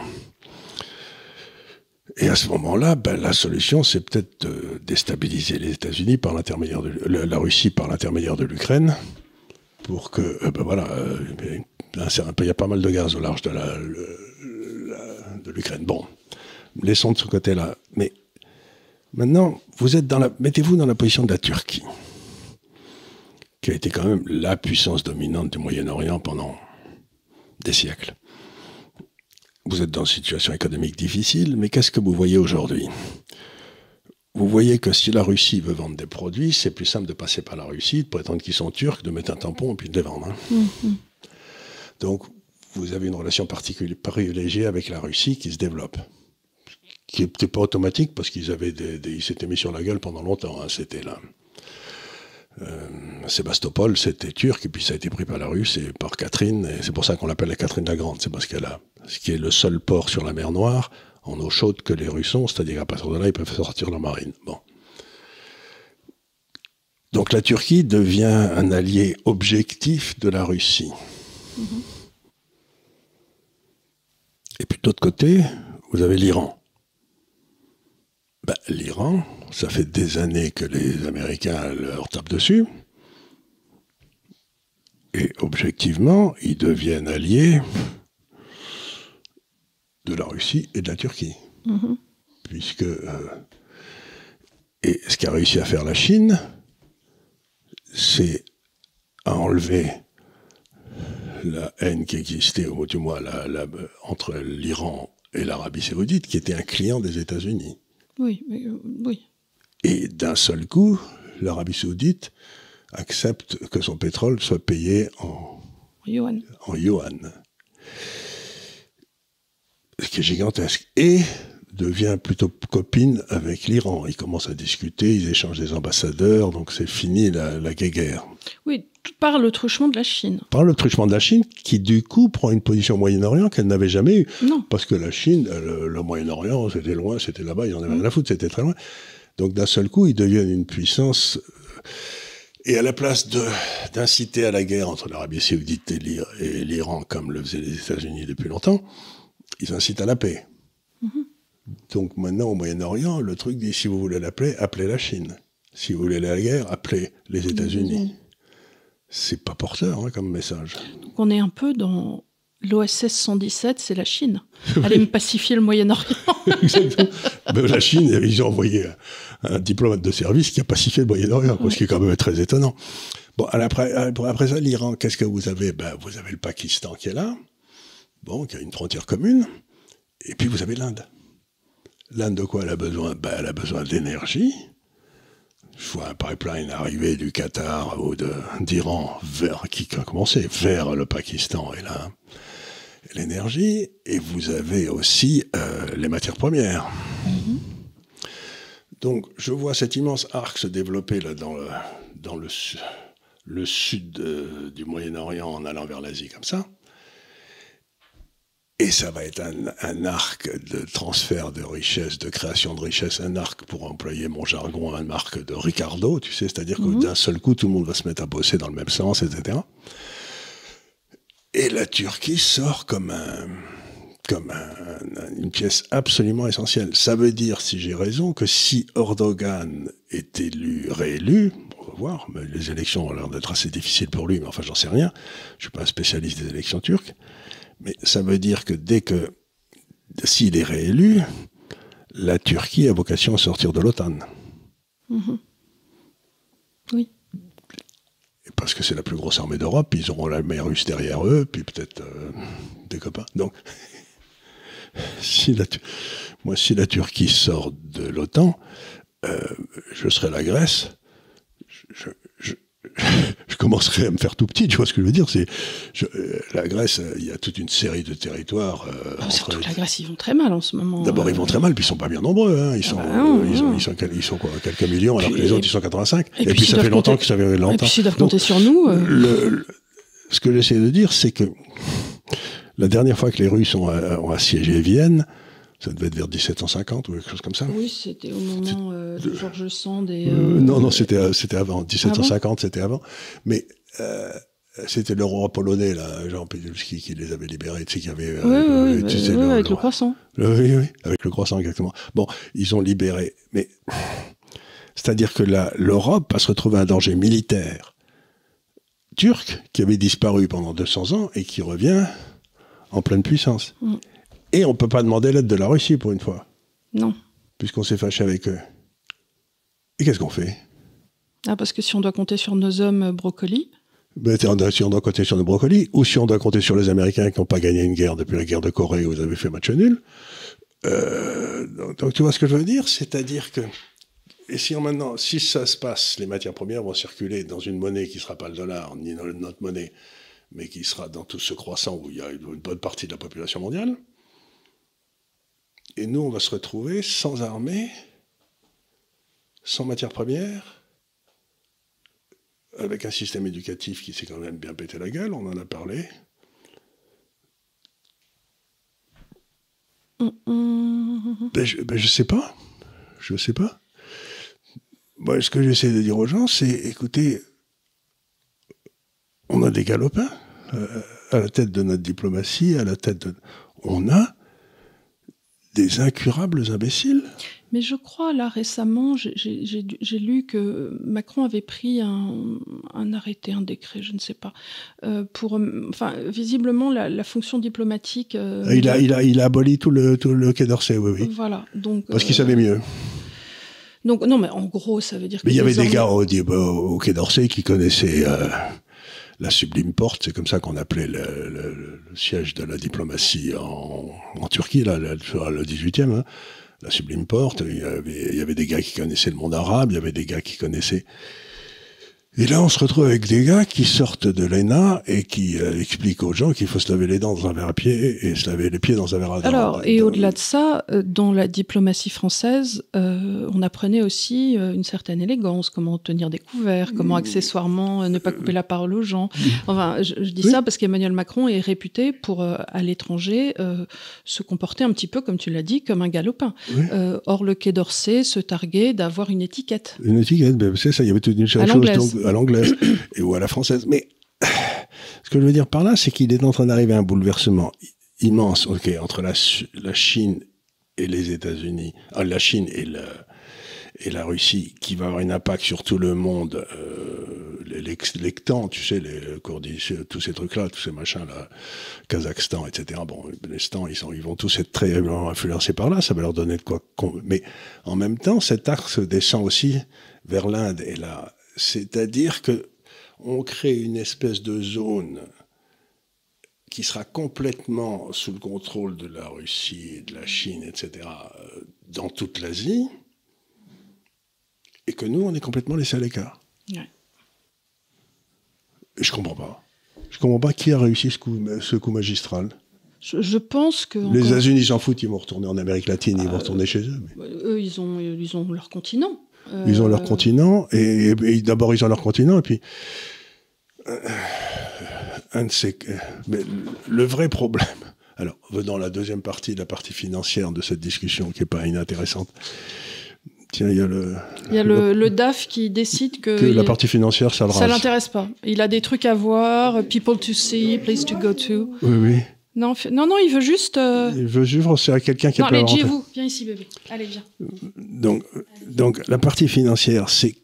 Et à ce moment-là, la solution, c'est peut-être de déstabiliser les États-Unis par l'intermédiaire la Russie par l'intermédiaire de l'Ukraine, pour que, il y a pas mal de gaz au large de l'Ukraine. Bon, laissons de ce côté-là. Mais maintenant, mettez-vous dans la position de la Turquie, qui a été quand même la puissance dominante du Moyen-Orient pendant des siècles. Vous êtes dans une situation économique difficile, mais qu'est-ce que vous voyez aujourd'hui? Vous voyez que si la Russie veut vendre des produits, c'est plus simple de passer par la Russie, de prétendre qu'ils sont turcs, de mettre un tampon et puis de les vendre. Donc, vous avez une relation privilégiée avec la Russie qui se développe. Qui n'était pas automatique parce qu'ils s'étaient mis sur la gueule pendant longtemps. C'était là. Sébastopol, c'était turc, et puis ça a été pris par la Russe et par Catherine, et c'est pour ça qu'on l'appelle la Catherine la Grande, c'est parce qu'elle a ce qui est le seul port sur la mer Noire, en eau chaude que les Russes ont, c'est-à-dire qu'à partir de là, ils peuvent sortir leur marine. Bon. Donc la Turquie devient un allié objectif de la Russie. Et puis de l'autre côté, vous avez l'Iran. L'Iran, ça fait des années que les Américains leur tapent dessus. Et objectivement, ils deviennent alliés de la Russie et de la Turquie. Puisque... et ce qu'a réussi à faire la Chine, c'est à enlever la haine qui existait, au du moins entre l'Iran et l'Arabie Saoudite, qui était un client des États-Unis. Oui. Et d'un seul coup, l'Arabie Saoudite accepte que son pétrole soit payé en yuan. Ce qui est gigantesque. Et devient plutôt copine avec l'Iran. Ils commencent à discuter, ils échangent des ambassadeurs, donc c'est fini la guéguerre. Oui, par le truchement de la Chine. Par le truchement de la Chine, qui du coup prend une position au Moyen-Orient qu'elle n'avait jamais eue. Non. Parce que la Chine, le Moyen-Orient, c'était loin, c'était là-bas, ils en avaient rien à foutre, c'était très loin. Donc d'un seul coup, ils deviennent une puissance... Et à la place d'inciter à la guerre entre l'Arabie Saoudite et l'Iran, comme le faisaient les États-Unis depuis longtemps, ils incitent à la paix. Donc maintenant, au Moyen-Orient, le truc dit, si vous voulez la paix, appelez la Chine. Si vous voulez la guerre, appelez les États-Unis. C'est pas porteur comme message. Donc on est un peu dans l'OSS 117, c'est la Chine. Allez me pacifier le Moyen-Orient. Exactement. Ben, la Chine, ils ont envoyé un diplomate de service qui a pacifié le Moyen-Orient, ce qui est quand même très étonnant. Bon, après ça, l'Iran, qu'est-ce que vous avez? Ben, vous avez le Pakistan qui est là, qui a une frontière commune, et puis vous avez l'Inde. L'Inde, de quoi elle a besoin? Ben, elle a besoin d'énergie. Je vois un pipeline arriver du Qatar ou d'Iran qui a commencé vers le Pakistan et là, l'énergie. Et vous avez aussi les matières premières. Donc, je vois cet immense arc se développer là dans le sud du Moyen-Orient en allant vers l'Asie comme ça. Et ça va être un arc de transfert de richesse, de création de richesse, un arc, pour employer mon jargon, un arc de Ricardo, tu sais, c'est-à-dire que d'un seul coup, tout le monde va se mettre à bosser dans le même sens, etc. Et la Turquie sort comme une pièce absolument essentielle. Ça veut dire, si j'ai raison, que si Erdogan est réélu, on va voir, mais les élections ont l'air d'être assez difficiles pour lui, mais enfin, j'en sais rien, je suis pas un spécialiste des élections turques, mais ça veut dire que s'il est réélu, la Turquie a vocation à sortir de l'OTAN. Oui. Parce que c'est la plus grosse armée d'Europe, ils auront l'armée russe derrière eux, puis peut-être des copains. Donc, si la Turquie sort de l'OTAN, je serai la Grèce, je commencerai à me faire tout petit, tu vois ce que je veux dire, la Grèce, il y a toute une série de territoires... surtout que la Grèce, ils vont très mal en ce moment. D'abord, ils vont très mal, puis ils sont pas bien nombreux, hein. Ils sont quoi, quelques millions, alors que les autres, ils sont 85. Et puis ça fait longtemps que ça fait longtemps. Et puis s'ils doivent compter sur nous... Ce que j'essaie de dire, c'est que la dernière fois que les Russes ont assiégé Vienne, ça devait être vers 1750 ou quelque chose comme ça. Oui, c'était au moment de Georges Sand et... Non, c'était avant. 1750, c'était avant. Mais c'était le roi polonais, là, Jean Piłsudski, qui les avait libérés. Tu sais, qu'il y avait... avec le croissant. Oui, avec le croissant, exactement. Bon, ils ont libéré. Mais c'est-à-dire que l'Europe va se retrouver un danger militaire turc qui avait disparu pendant 200 ans et qui revient en pleine puissance. Et on ne peut pas demander l'aide de la Russie, pour une fois. Non. Puisqu'on s'est fâché avec eux. Et qu'est-ce qu'on fait? Parce que si on doit compter sur nos hommes brocolis... Si on doit compter sur nos brocolis, ou si on doit compter sur les Américains qui n'ont pas gagné une guerre depuis la guerre de Corée où ils avaient fait match nul. Donc tu vois ce que je veux dire? C'est-à-dire que... Et si ça se passe, les matières premières vont circuler dans une monnaie qui ne sera pas le dollar, ni notre monnaie, mais qui sera dans tout ce croissant où il y a une bonne partie de la population mondiale. Et nous, on va se retrouver sans armée, sans matières premières, avec un système éducatif qui s'est quand même bien pété la gueule, on en a parlé. Je sais pas. Je sais pas. Moi, ce que j'essaie de dire aux gens, c'est, écoutez, on a des galopins à la tête de notre diplomatie, on a des incurables imbéciles. Mais je crois, là, récemment, j'ai lu que Macron avait pris un arrêté, un décret, je ne sais pas, visiblement, la fonction diplomatique... Il a aboli tout le Quai d'Orsay, oui. Voilà, donc... Parce qu'il savait mieux. Donc, non, mais en gros, ça veut dire que... Mais il y avait des gars au Quai d'Orsay qui connaissaient la Sublime Porte, c'est comme ça qu'on appelait le siège de la diplomatie en Turquie, là, le 18e, hein. La Sublime Porte, il y avait des gars qui connaissaient le monde arabe, il y avait des gars qui connaissaient Et là, on se retrouve avec des gars qui sortent de l'ENA et qui expliquent aux gens qu'il faut se laver les dents dans un verre à pied et se laver les pieds dans un verre à dents. Alors, et au-delà de ça, dans la diplomatie française, on apprenait aussi une certaine élégance, comment tenir des couverts, comment accessoirement ne pas couper la parole aux gens. Enfin, je dis ça parce qu'Emmanuel Macron est réputé pour, à l'étranger, se comporter un petit peu, comme tu l'as dit, comme un galopin. Oui. Or, le Quai d'Orsay se targuait d'avoir une étiquette. Une étiquette, ben, c'est ça, il y avait toute une chose à l'anglaise ou à la française. Mais ce que je veux dire par là, c'est qu'il est en train d'arriver à un bouleversement immense, entre la Chine et les États-Unis, la Chine et la Russie, qui va avoir un impact sur tout le monde, l'Ectan, tu sais, les Courdistan, tous ces trucs-là, tous ces machins-là, Kazakhstan, etc. Bon, l'Estan, ils vont tous être très influencés par là, ça va leur donner de quoi. Mais en même temps, cet axe descend aussi vers l'Inde et là. C'est-à-dire que on crée une espèce de zone qui sera complètement sous le contrôle de la Russie, de la Chine, etc., dans toute l'Asie, et que nous, on est complètement laissés à l'écart. Ouais. Et je comprends pas. Je comprends pas qui a réussi ce coup magistral. Je pense que... Les États-Unis, ils s'en foutent, ils vont retourner en Amérique latine, ils vont retourner chez eux. Mais... Eux, ils ont leur continent. Ils ont leur continent, et d'abord ils ont leur continent, et puis mais le vrai problème, alors venant la deuxième partie, la partie financière de cette discussion qui n'est pas inintéressante, tiens, il y a le DAF qui décide que la partie financière, ça le rase. Ça l'intéresse pas. Il a des trucs à voir, people to see, place to go to. Oui, oui. Non, il veut juste... Il veut juste, c'est à quelqu'un qui a pas rentrer. Non, allez, viens ici, bébé. Allez, viens. Donc, la partie financière, c'est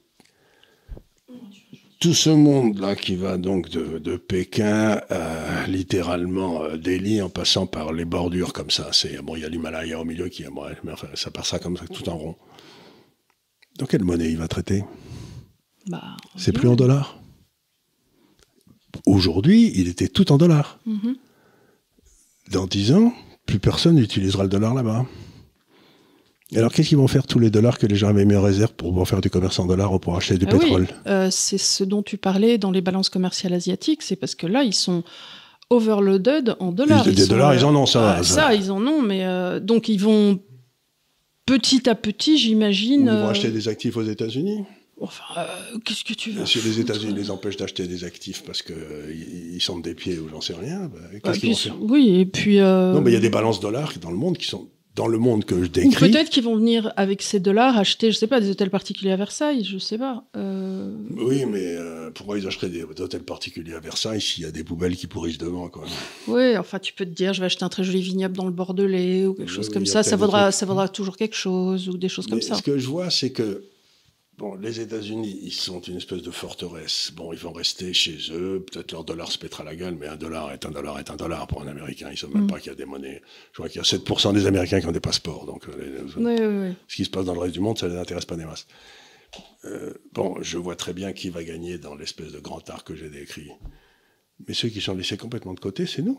tout ce monde-là qui va donc de Pékin à littéralement Delhi, en passant par les bordures comme ça. Il y a l'Himalaya au milieu qui est... mais enfin, ça part ça comme ça, tout en rond. Dans quelle monnaie il va traiter ? C'est plus en dollars. Aujourd'hui, il était tout en dollars. Mm-hmm. Dans 10 ans, plus personne n'utilisera le dollar là-bas. Et alors, qu'est-ce qu'ils vont faire tous les dollars que les gens avaient mis en réserve pour pouvoir faire du commerce en dollars ou pour acheter du pétrole ? C'est ce dont tu parlais dans les balances commerciales asiatiques. C'est parce que là, ils sont overloaded en dollars. Des dollars, ils en ont, ça. Ça, ils en ont, mais donc ils vont petit à petit, j'imagine... Ou ils vont acheter des actifs aux États-Unis. Enfin, qu'est-ce que tu veux ? Si les États-Unis les empêchent d'acheter des actifs parce qu'ils sentent des pieds ou j'en sais rien, qu'est-ce qu'ils vont faire ? Oui, et puis... Non, mais il y a des balances dollars dans le monde qui sont... Dans le monde que je décris... Ou peut-être qu'ils vont venir avec ces dollars acheter, je sais pas, des hôtels particuliers à Versailles, je sais pas. Oui, mais pourquoi ils achèteraient des hôtels particuliers à Versailles s'il y a des poubelles qui pourrissent devant, quoi ? Oui, enfin, tu peux te dire, je vais acheter un très joli vignoble dans le Bordelais ou quelque chose comme ça. Ça vaudra toujours quelque chose ou des choses comme ça. Ce que je vois, c'est que les États-Unis, ils sont une espèce de forteresse. Bon, ils vont rester chez eux. Peut-être leur dollar se pètera la gueule, mais un dollar est un dollar est un dollar pour un Américain. Ils ne savent même pas qu'il y a des monnaies. Je crois qu'il y a 7% des Américains qui ont des passeports. Donc, oui. Ce qui se passe dans le reste du monde, ça ne les intéresse pas des masses. Je vois très bien qui va gagner dans l'espèce de grand art que j'ai décrit. Mais ceux qui sont laissés complètement de côté, c'est nous.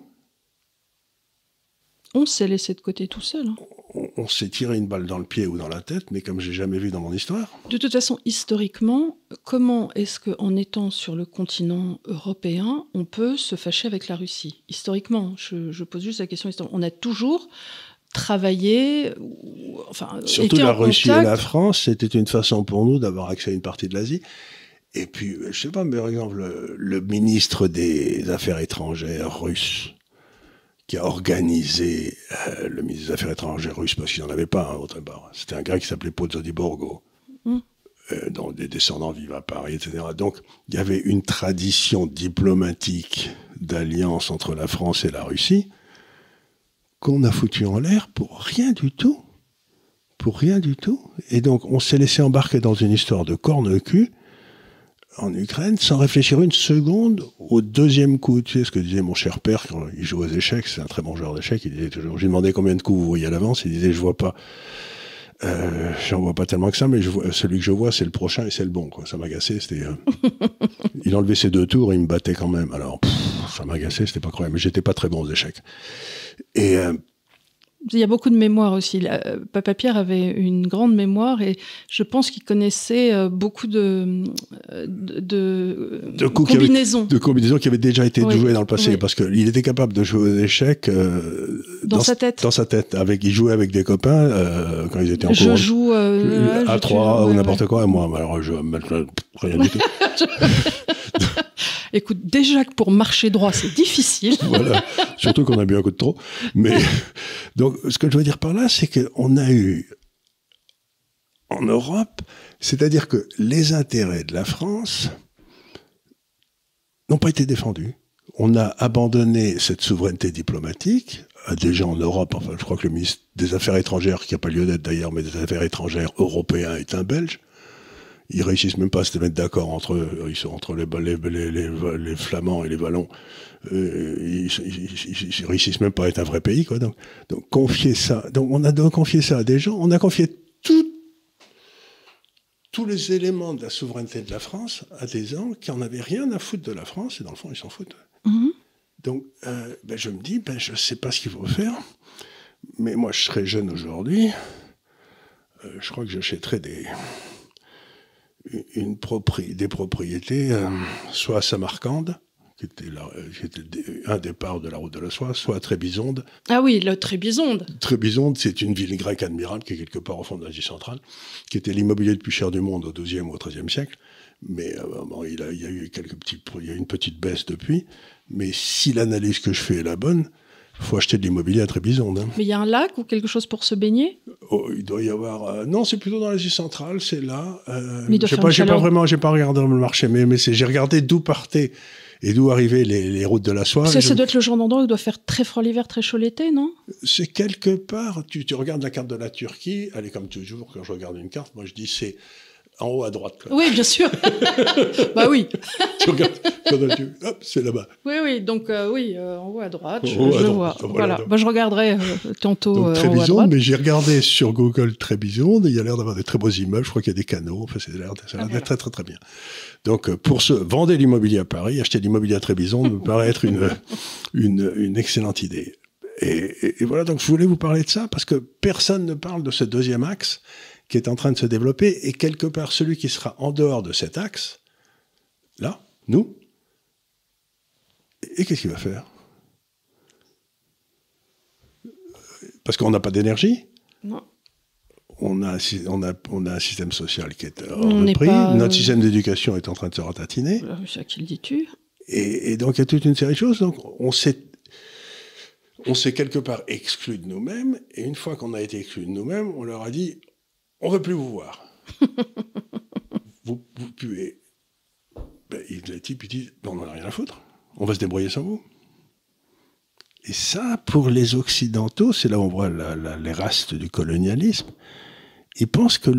On s'est laissé de côté tout seul. Hein. On s'est tiré une balle dans le pied ou dans la tête, mais comme j'ai jamais vu dans mon histoire. De toute façon, historiquement, comment est-ce qu'en étant sur le continent européen, on peut se fâcher avec la Russie ? Historiquement, je pose juste la question historique. On a toujours travaillé... Surtout la Russie et la France, c'était une façon pour nous d'avoir accès à une partie de l'Asie. Et puis, je sais pas, mais par exemple, le ministre des Affaires étrangères russe, qui a organisé le ministre des Affaires étrangères russe, parce qu'il n'en avait pas autre part. C'était un gars qui s'appelait Pozzo di Borgo, dont des descendants vivent à Paris, etc. Donc, il y avait une tradition diplomatique d'alliance entre la France et la Russie qu'on a foutu en l'air pour rien du tout. Pour rien du tout. Et donc, on s'est laissé embarquer dans une histoire de corne-cul en Ukraine, sans réfléchir une seconde au deuxième coup. Tu sais ce que disait mon cher père quand il jouait aux échecs, c'est un très bon joueur d'échecs, il disait toujours, j'ai demandé combien de coups vous voyez à l'avance, il disait, j'en vois pas tellement que ça, mais celui que je vois, c'est le prochain et c'est le bon, quoi. Ça m'agaçait, c'était... il enlevait ses 2 tours, il me battait quand même. Alors, ça m'agaçait, c'était pas croyable, mais j'étais pas très bon aux échecs. Et Il y a beaucoup de mémoire aussi. Papa Pierre avait une grande mémoire et je pense qu'il connaissait beaucoup de combinaisons. De combinaisons qui avaient déjà été jouées dans le passé, parce qu'il était capable de jouer aux échecs dans sa tête. Dans sa tête. Il jouait avec des copains quand ils étaient en cours. Je joue à 3 ou n'importe quoi. Et moi, alors, je rien du tout. Écoute, déjà que pour marcher droit, c'est difficile. Voilà, surtout qu'on a bu un coup de trop. Mais donc, ce que je veux dire par là, c'est qu'on a eu en Europe, c'est-à-dire que les intérêts de la France n'ont pas été défendus. On a abandonné cette souveraineté diplomatique à des gens en Europe. Enfin, je crois que le ministre des Affaires étrangères, qui n'a pas lieu d'être d'ailleurs, mais des Affaires étrangères européen est un Belge. Ils réussissent même pas à se mettre d'accord entre eux. Ils sont entre les Flamands et les Wallons. Ils réussissent même pas à être un vrai pays, quoi. Donc confier ça. Donc on a confié ça à des gens. On a confié tous les éléments de la souveraineté de la France à des gens qui en avaient rien à foutre de la France. Et dans le fond, ils s'en foutent. Mm-hmm. Donc je me dis, je sais pas ce qu'il faut faire. Mais moi, je serais jeune aujourd'hui. Je crois que j'achèterais des propriétés, soit à Samarcande, qui était un départ de la route de la soie, soit à Trébizonde. Ah oui, le Trébizonde. Trébizonde, c'est une ville grecque admirable qui est quelque part au fond de l'Asie centrale, qui était l'immobilier le plus cher du monde au XIIe ou au XIIIe siècle. Mais il y a eu il y a eu une petite baisse depuis. Mais si l'analyse que je fais est la bonne, il faut acheter de l'immobilier à Trébizonde. Hein. Mais il y a un lac ou quelque chose pour se baigner ? Il doit y avoir... non, c'est plutôt dans l'Asie centrale, c'est là. Mais j'ai pas regardé le marché, mais j'ai regardé d'où partaient et d'où arrivaient les routes de la soie. Ça doit être le genre d'endroit où il doit faire très froid l'hiver, très chaud l'été, non ? C'est quelque part... Tu regardes la carte de la Turquie, elle est comme toujours, quand je regarde une carte, moi je dis c'est... En haut à droite. Quoi. Oui, bien sûr. Bah oui. Tu regardes, hop, c'est là-bas. Oui, donc en haut à droite, je vois. Voilà. Je regarderai tantôt donc, en haut à Trébizonde, mais j'ai regardé sur Google Trébizonde, il y a l'air d'avoir des très beaux immeubles, je crois qu'il y a des canaux, enfin, ça a l'air très, très, très bien. Donc, pour vendre l'immobilier à Paris, acheter de l'immobilier à Trébizonde me paraît être une excellente idée. Et voilà, donc je voulais vous parler de ça, parce que personne ne parle de ce deuxième axe qui est en train de se développer, et quelque part, celui qui sera en dehors de cet axe, là, nous, et qu'est-ce qu'il va faire ? Parce qu'on n'a pas d'énergie. Non. On a un système social qui est hors de prix. Notre système d'éducation est en train de se ratatiner. Ça, qui le dis-tu ? Et donc, il y a toute une série de choses. Donc, on s'est quelque part exclu de nous-mêmes, et une fois qu'on a été exclu de nous-mêmes, on leur a dit... On ne veut plus vous voir. vous puez. Les types, ils disent, on n'en a rien à foutre. On va se débrouiller sans vous. Et ça, pour les Occidentaux, c'est là où on voit les rastes du colonialisme. Ils pensent que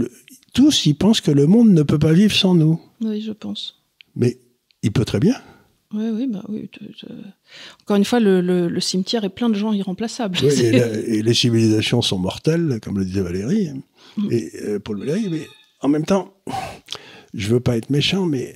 le monde ne peut pas vivre sans nous. Oui, je pense. Mais il peut très bien. Oui. Encore une fois, le cimetière est plein de gens irremplaçables. Oui, et les civilisations sont mortelles, comme le disait Valérie, et Paul Valéry. Mais en même temps, je ne veux pas être méchant, mais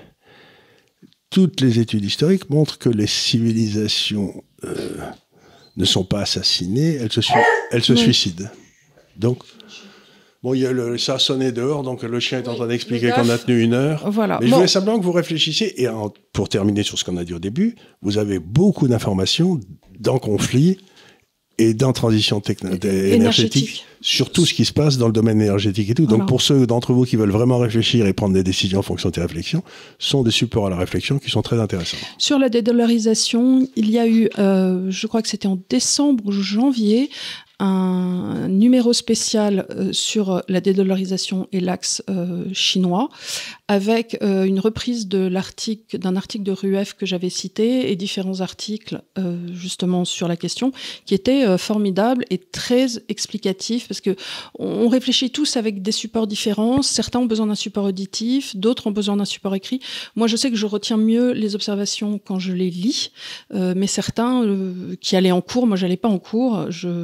toutes les études historiques montrent que les civilisations ne sont pas assassinées, elles se suicident. Donc... Bon, ça a sonné dehors, donc le chien est en train d'expliquer qu'on a tenu 1 heure. Voilà. Mais je voulais simplement que vous réfléchissiez, et pour terminer sur ce qu'on a dit au début, vous avez beaucoup d'informations dans conflit et dans transition énergétique sur tout ce qui se passe dans le domaine énergétique et tout. Donc pour ceux d'entre vous qui veulent vraiment réfléchir et prendre des décisions en fonction de ces réflexions, sont des supports à la réflexion qui sont très intéressants. Sur la dédollarisation, il y a eu, je crois que c'était en décembre ou janvier, un numéro spécial sur la dédollarisation et l'axe chinois, avec une reprise d'un article de RUEF que j'avais cité et différents articles justement sur la question, qui étaient formidables et très explicatifs, parce que on réfléchit tous avec des supports différents. Certains ont besoin d'un support auditif, d'autres ont besoin d'un support écrit. Moi, je sais que je retiens mieux les observations quand je les lis, mais certains qui allaient en cours, moi j'allais pas en cours,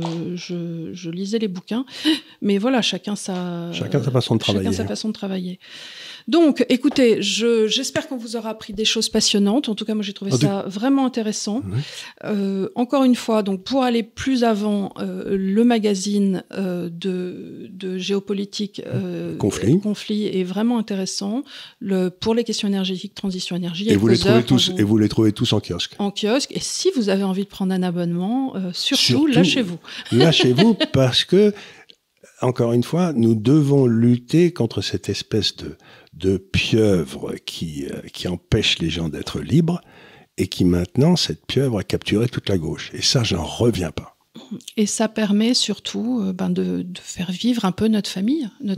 je lisais les bouquins, mais voilà, chacun sa façon de travailler. Donc, écoutez, j'espère qu'on vous aura appris des choses passionnantes. En tout cas, moi, j'ai trouvé ça vraiment intéressant. Encore une fois, donc, pour aller plus avant, le magazine de géopolitique conflit est vraiment intéressant. Pour les questions énergétiques, transition énergie. Et vous les trouvez tous en kiosque. En kiosque. Et si vous avez envie de prendre un abonnement, surtout lâchez-vous. Lâchez-vous parce que, encore une fois, nous devons lutter contre cette espèce de pieuvre qui empêche les gens d'être libres et qui maintenant, cette pieuvre a capturé toute la gauche. Et ça, j'en reviens pas. Et ça permet surtout de faire vivre un peu notre famille de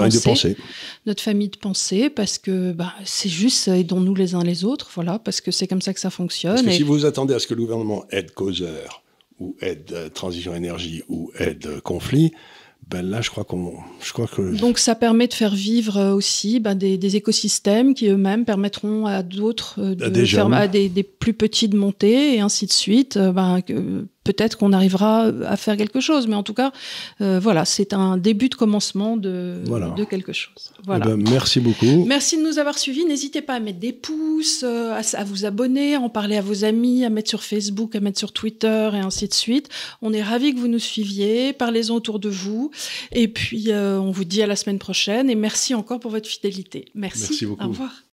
pensée, parce que c'est juste aidons-nous les uns les autres, voilà, parce que c'est comme ça que ça fonctionne. Parce que si vous attendez à ce que le gouvernement aide causeur, ou aide transition énergie, ou aide conflit, là, je crois que... Donc, ça permet de faire vivre aussi des écosystèmes qui eux-mêmes permettront à d'autres à des plus petits de monter, et ainsi de suite. Peut-être qu'on arrivera à faire quelque chose, mais en tout cas, voilà, c'est un début de commencement de quelque chose. Voilà. Merci beaucoup. Merci de nous avoir suivis. N'hésitez pas à mettre des pouces, à vous abonner, à en parler à vos amis, à mettre sur Facebook, à mettre sur Twitter, et ainsi de suite. On est ravis que vous nous suiviez. Parlez-en autour de vous. Et puis, on vous dit à la semaine prochaine. Et merci encore pour votre fidélité. Merci beaucoup. Au revoir.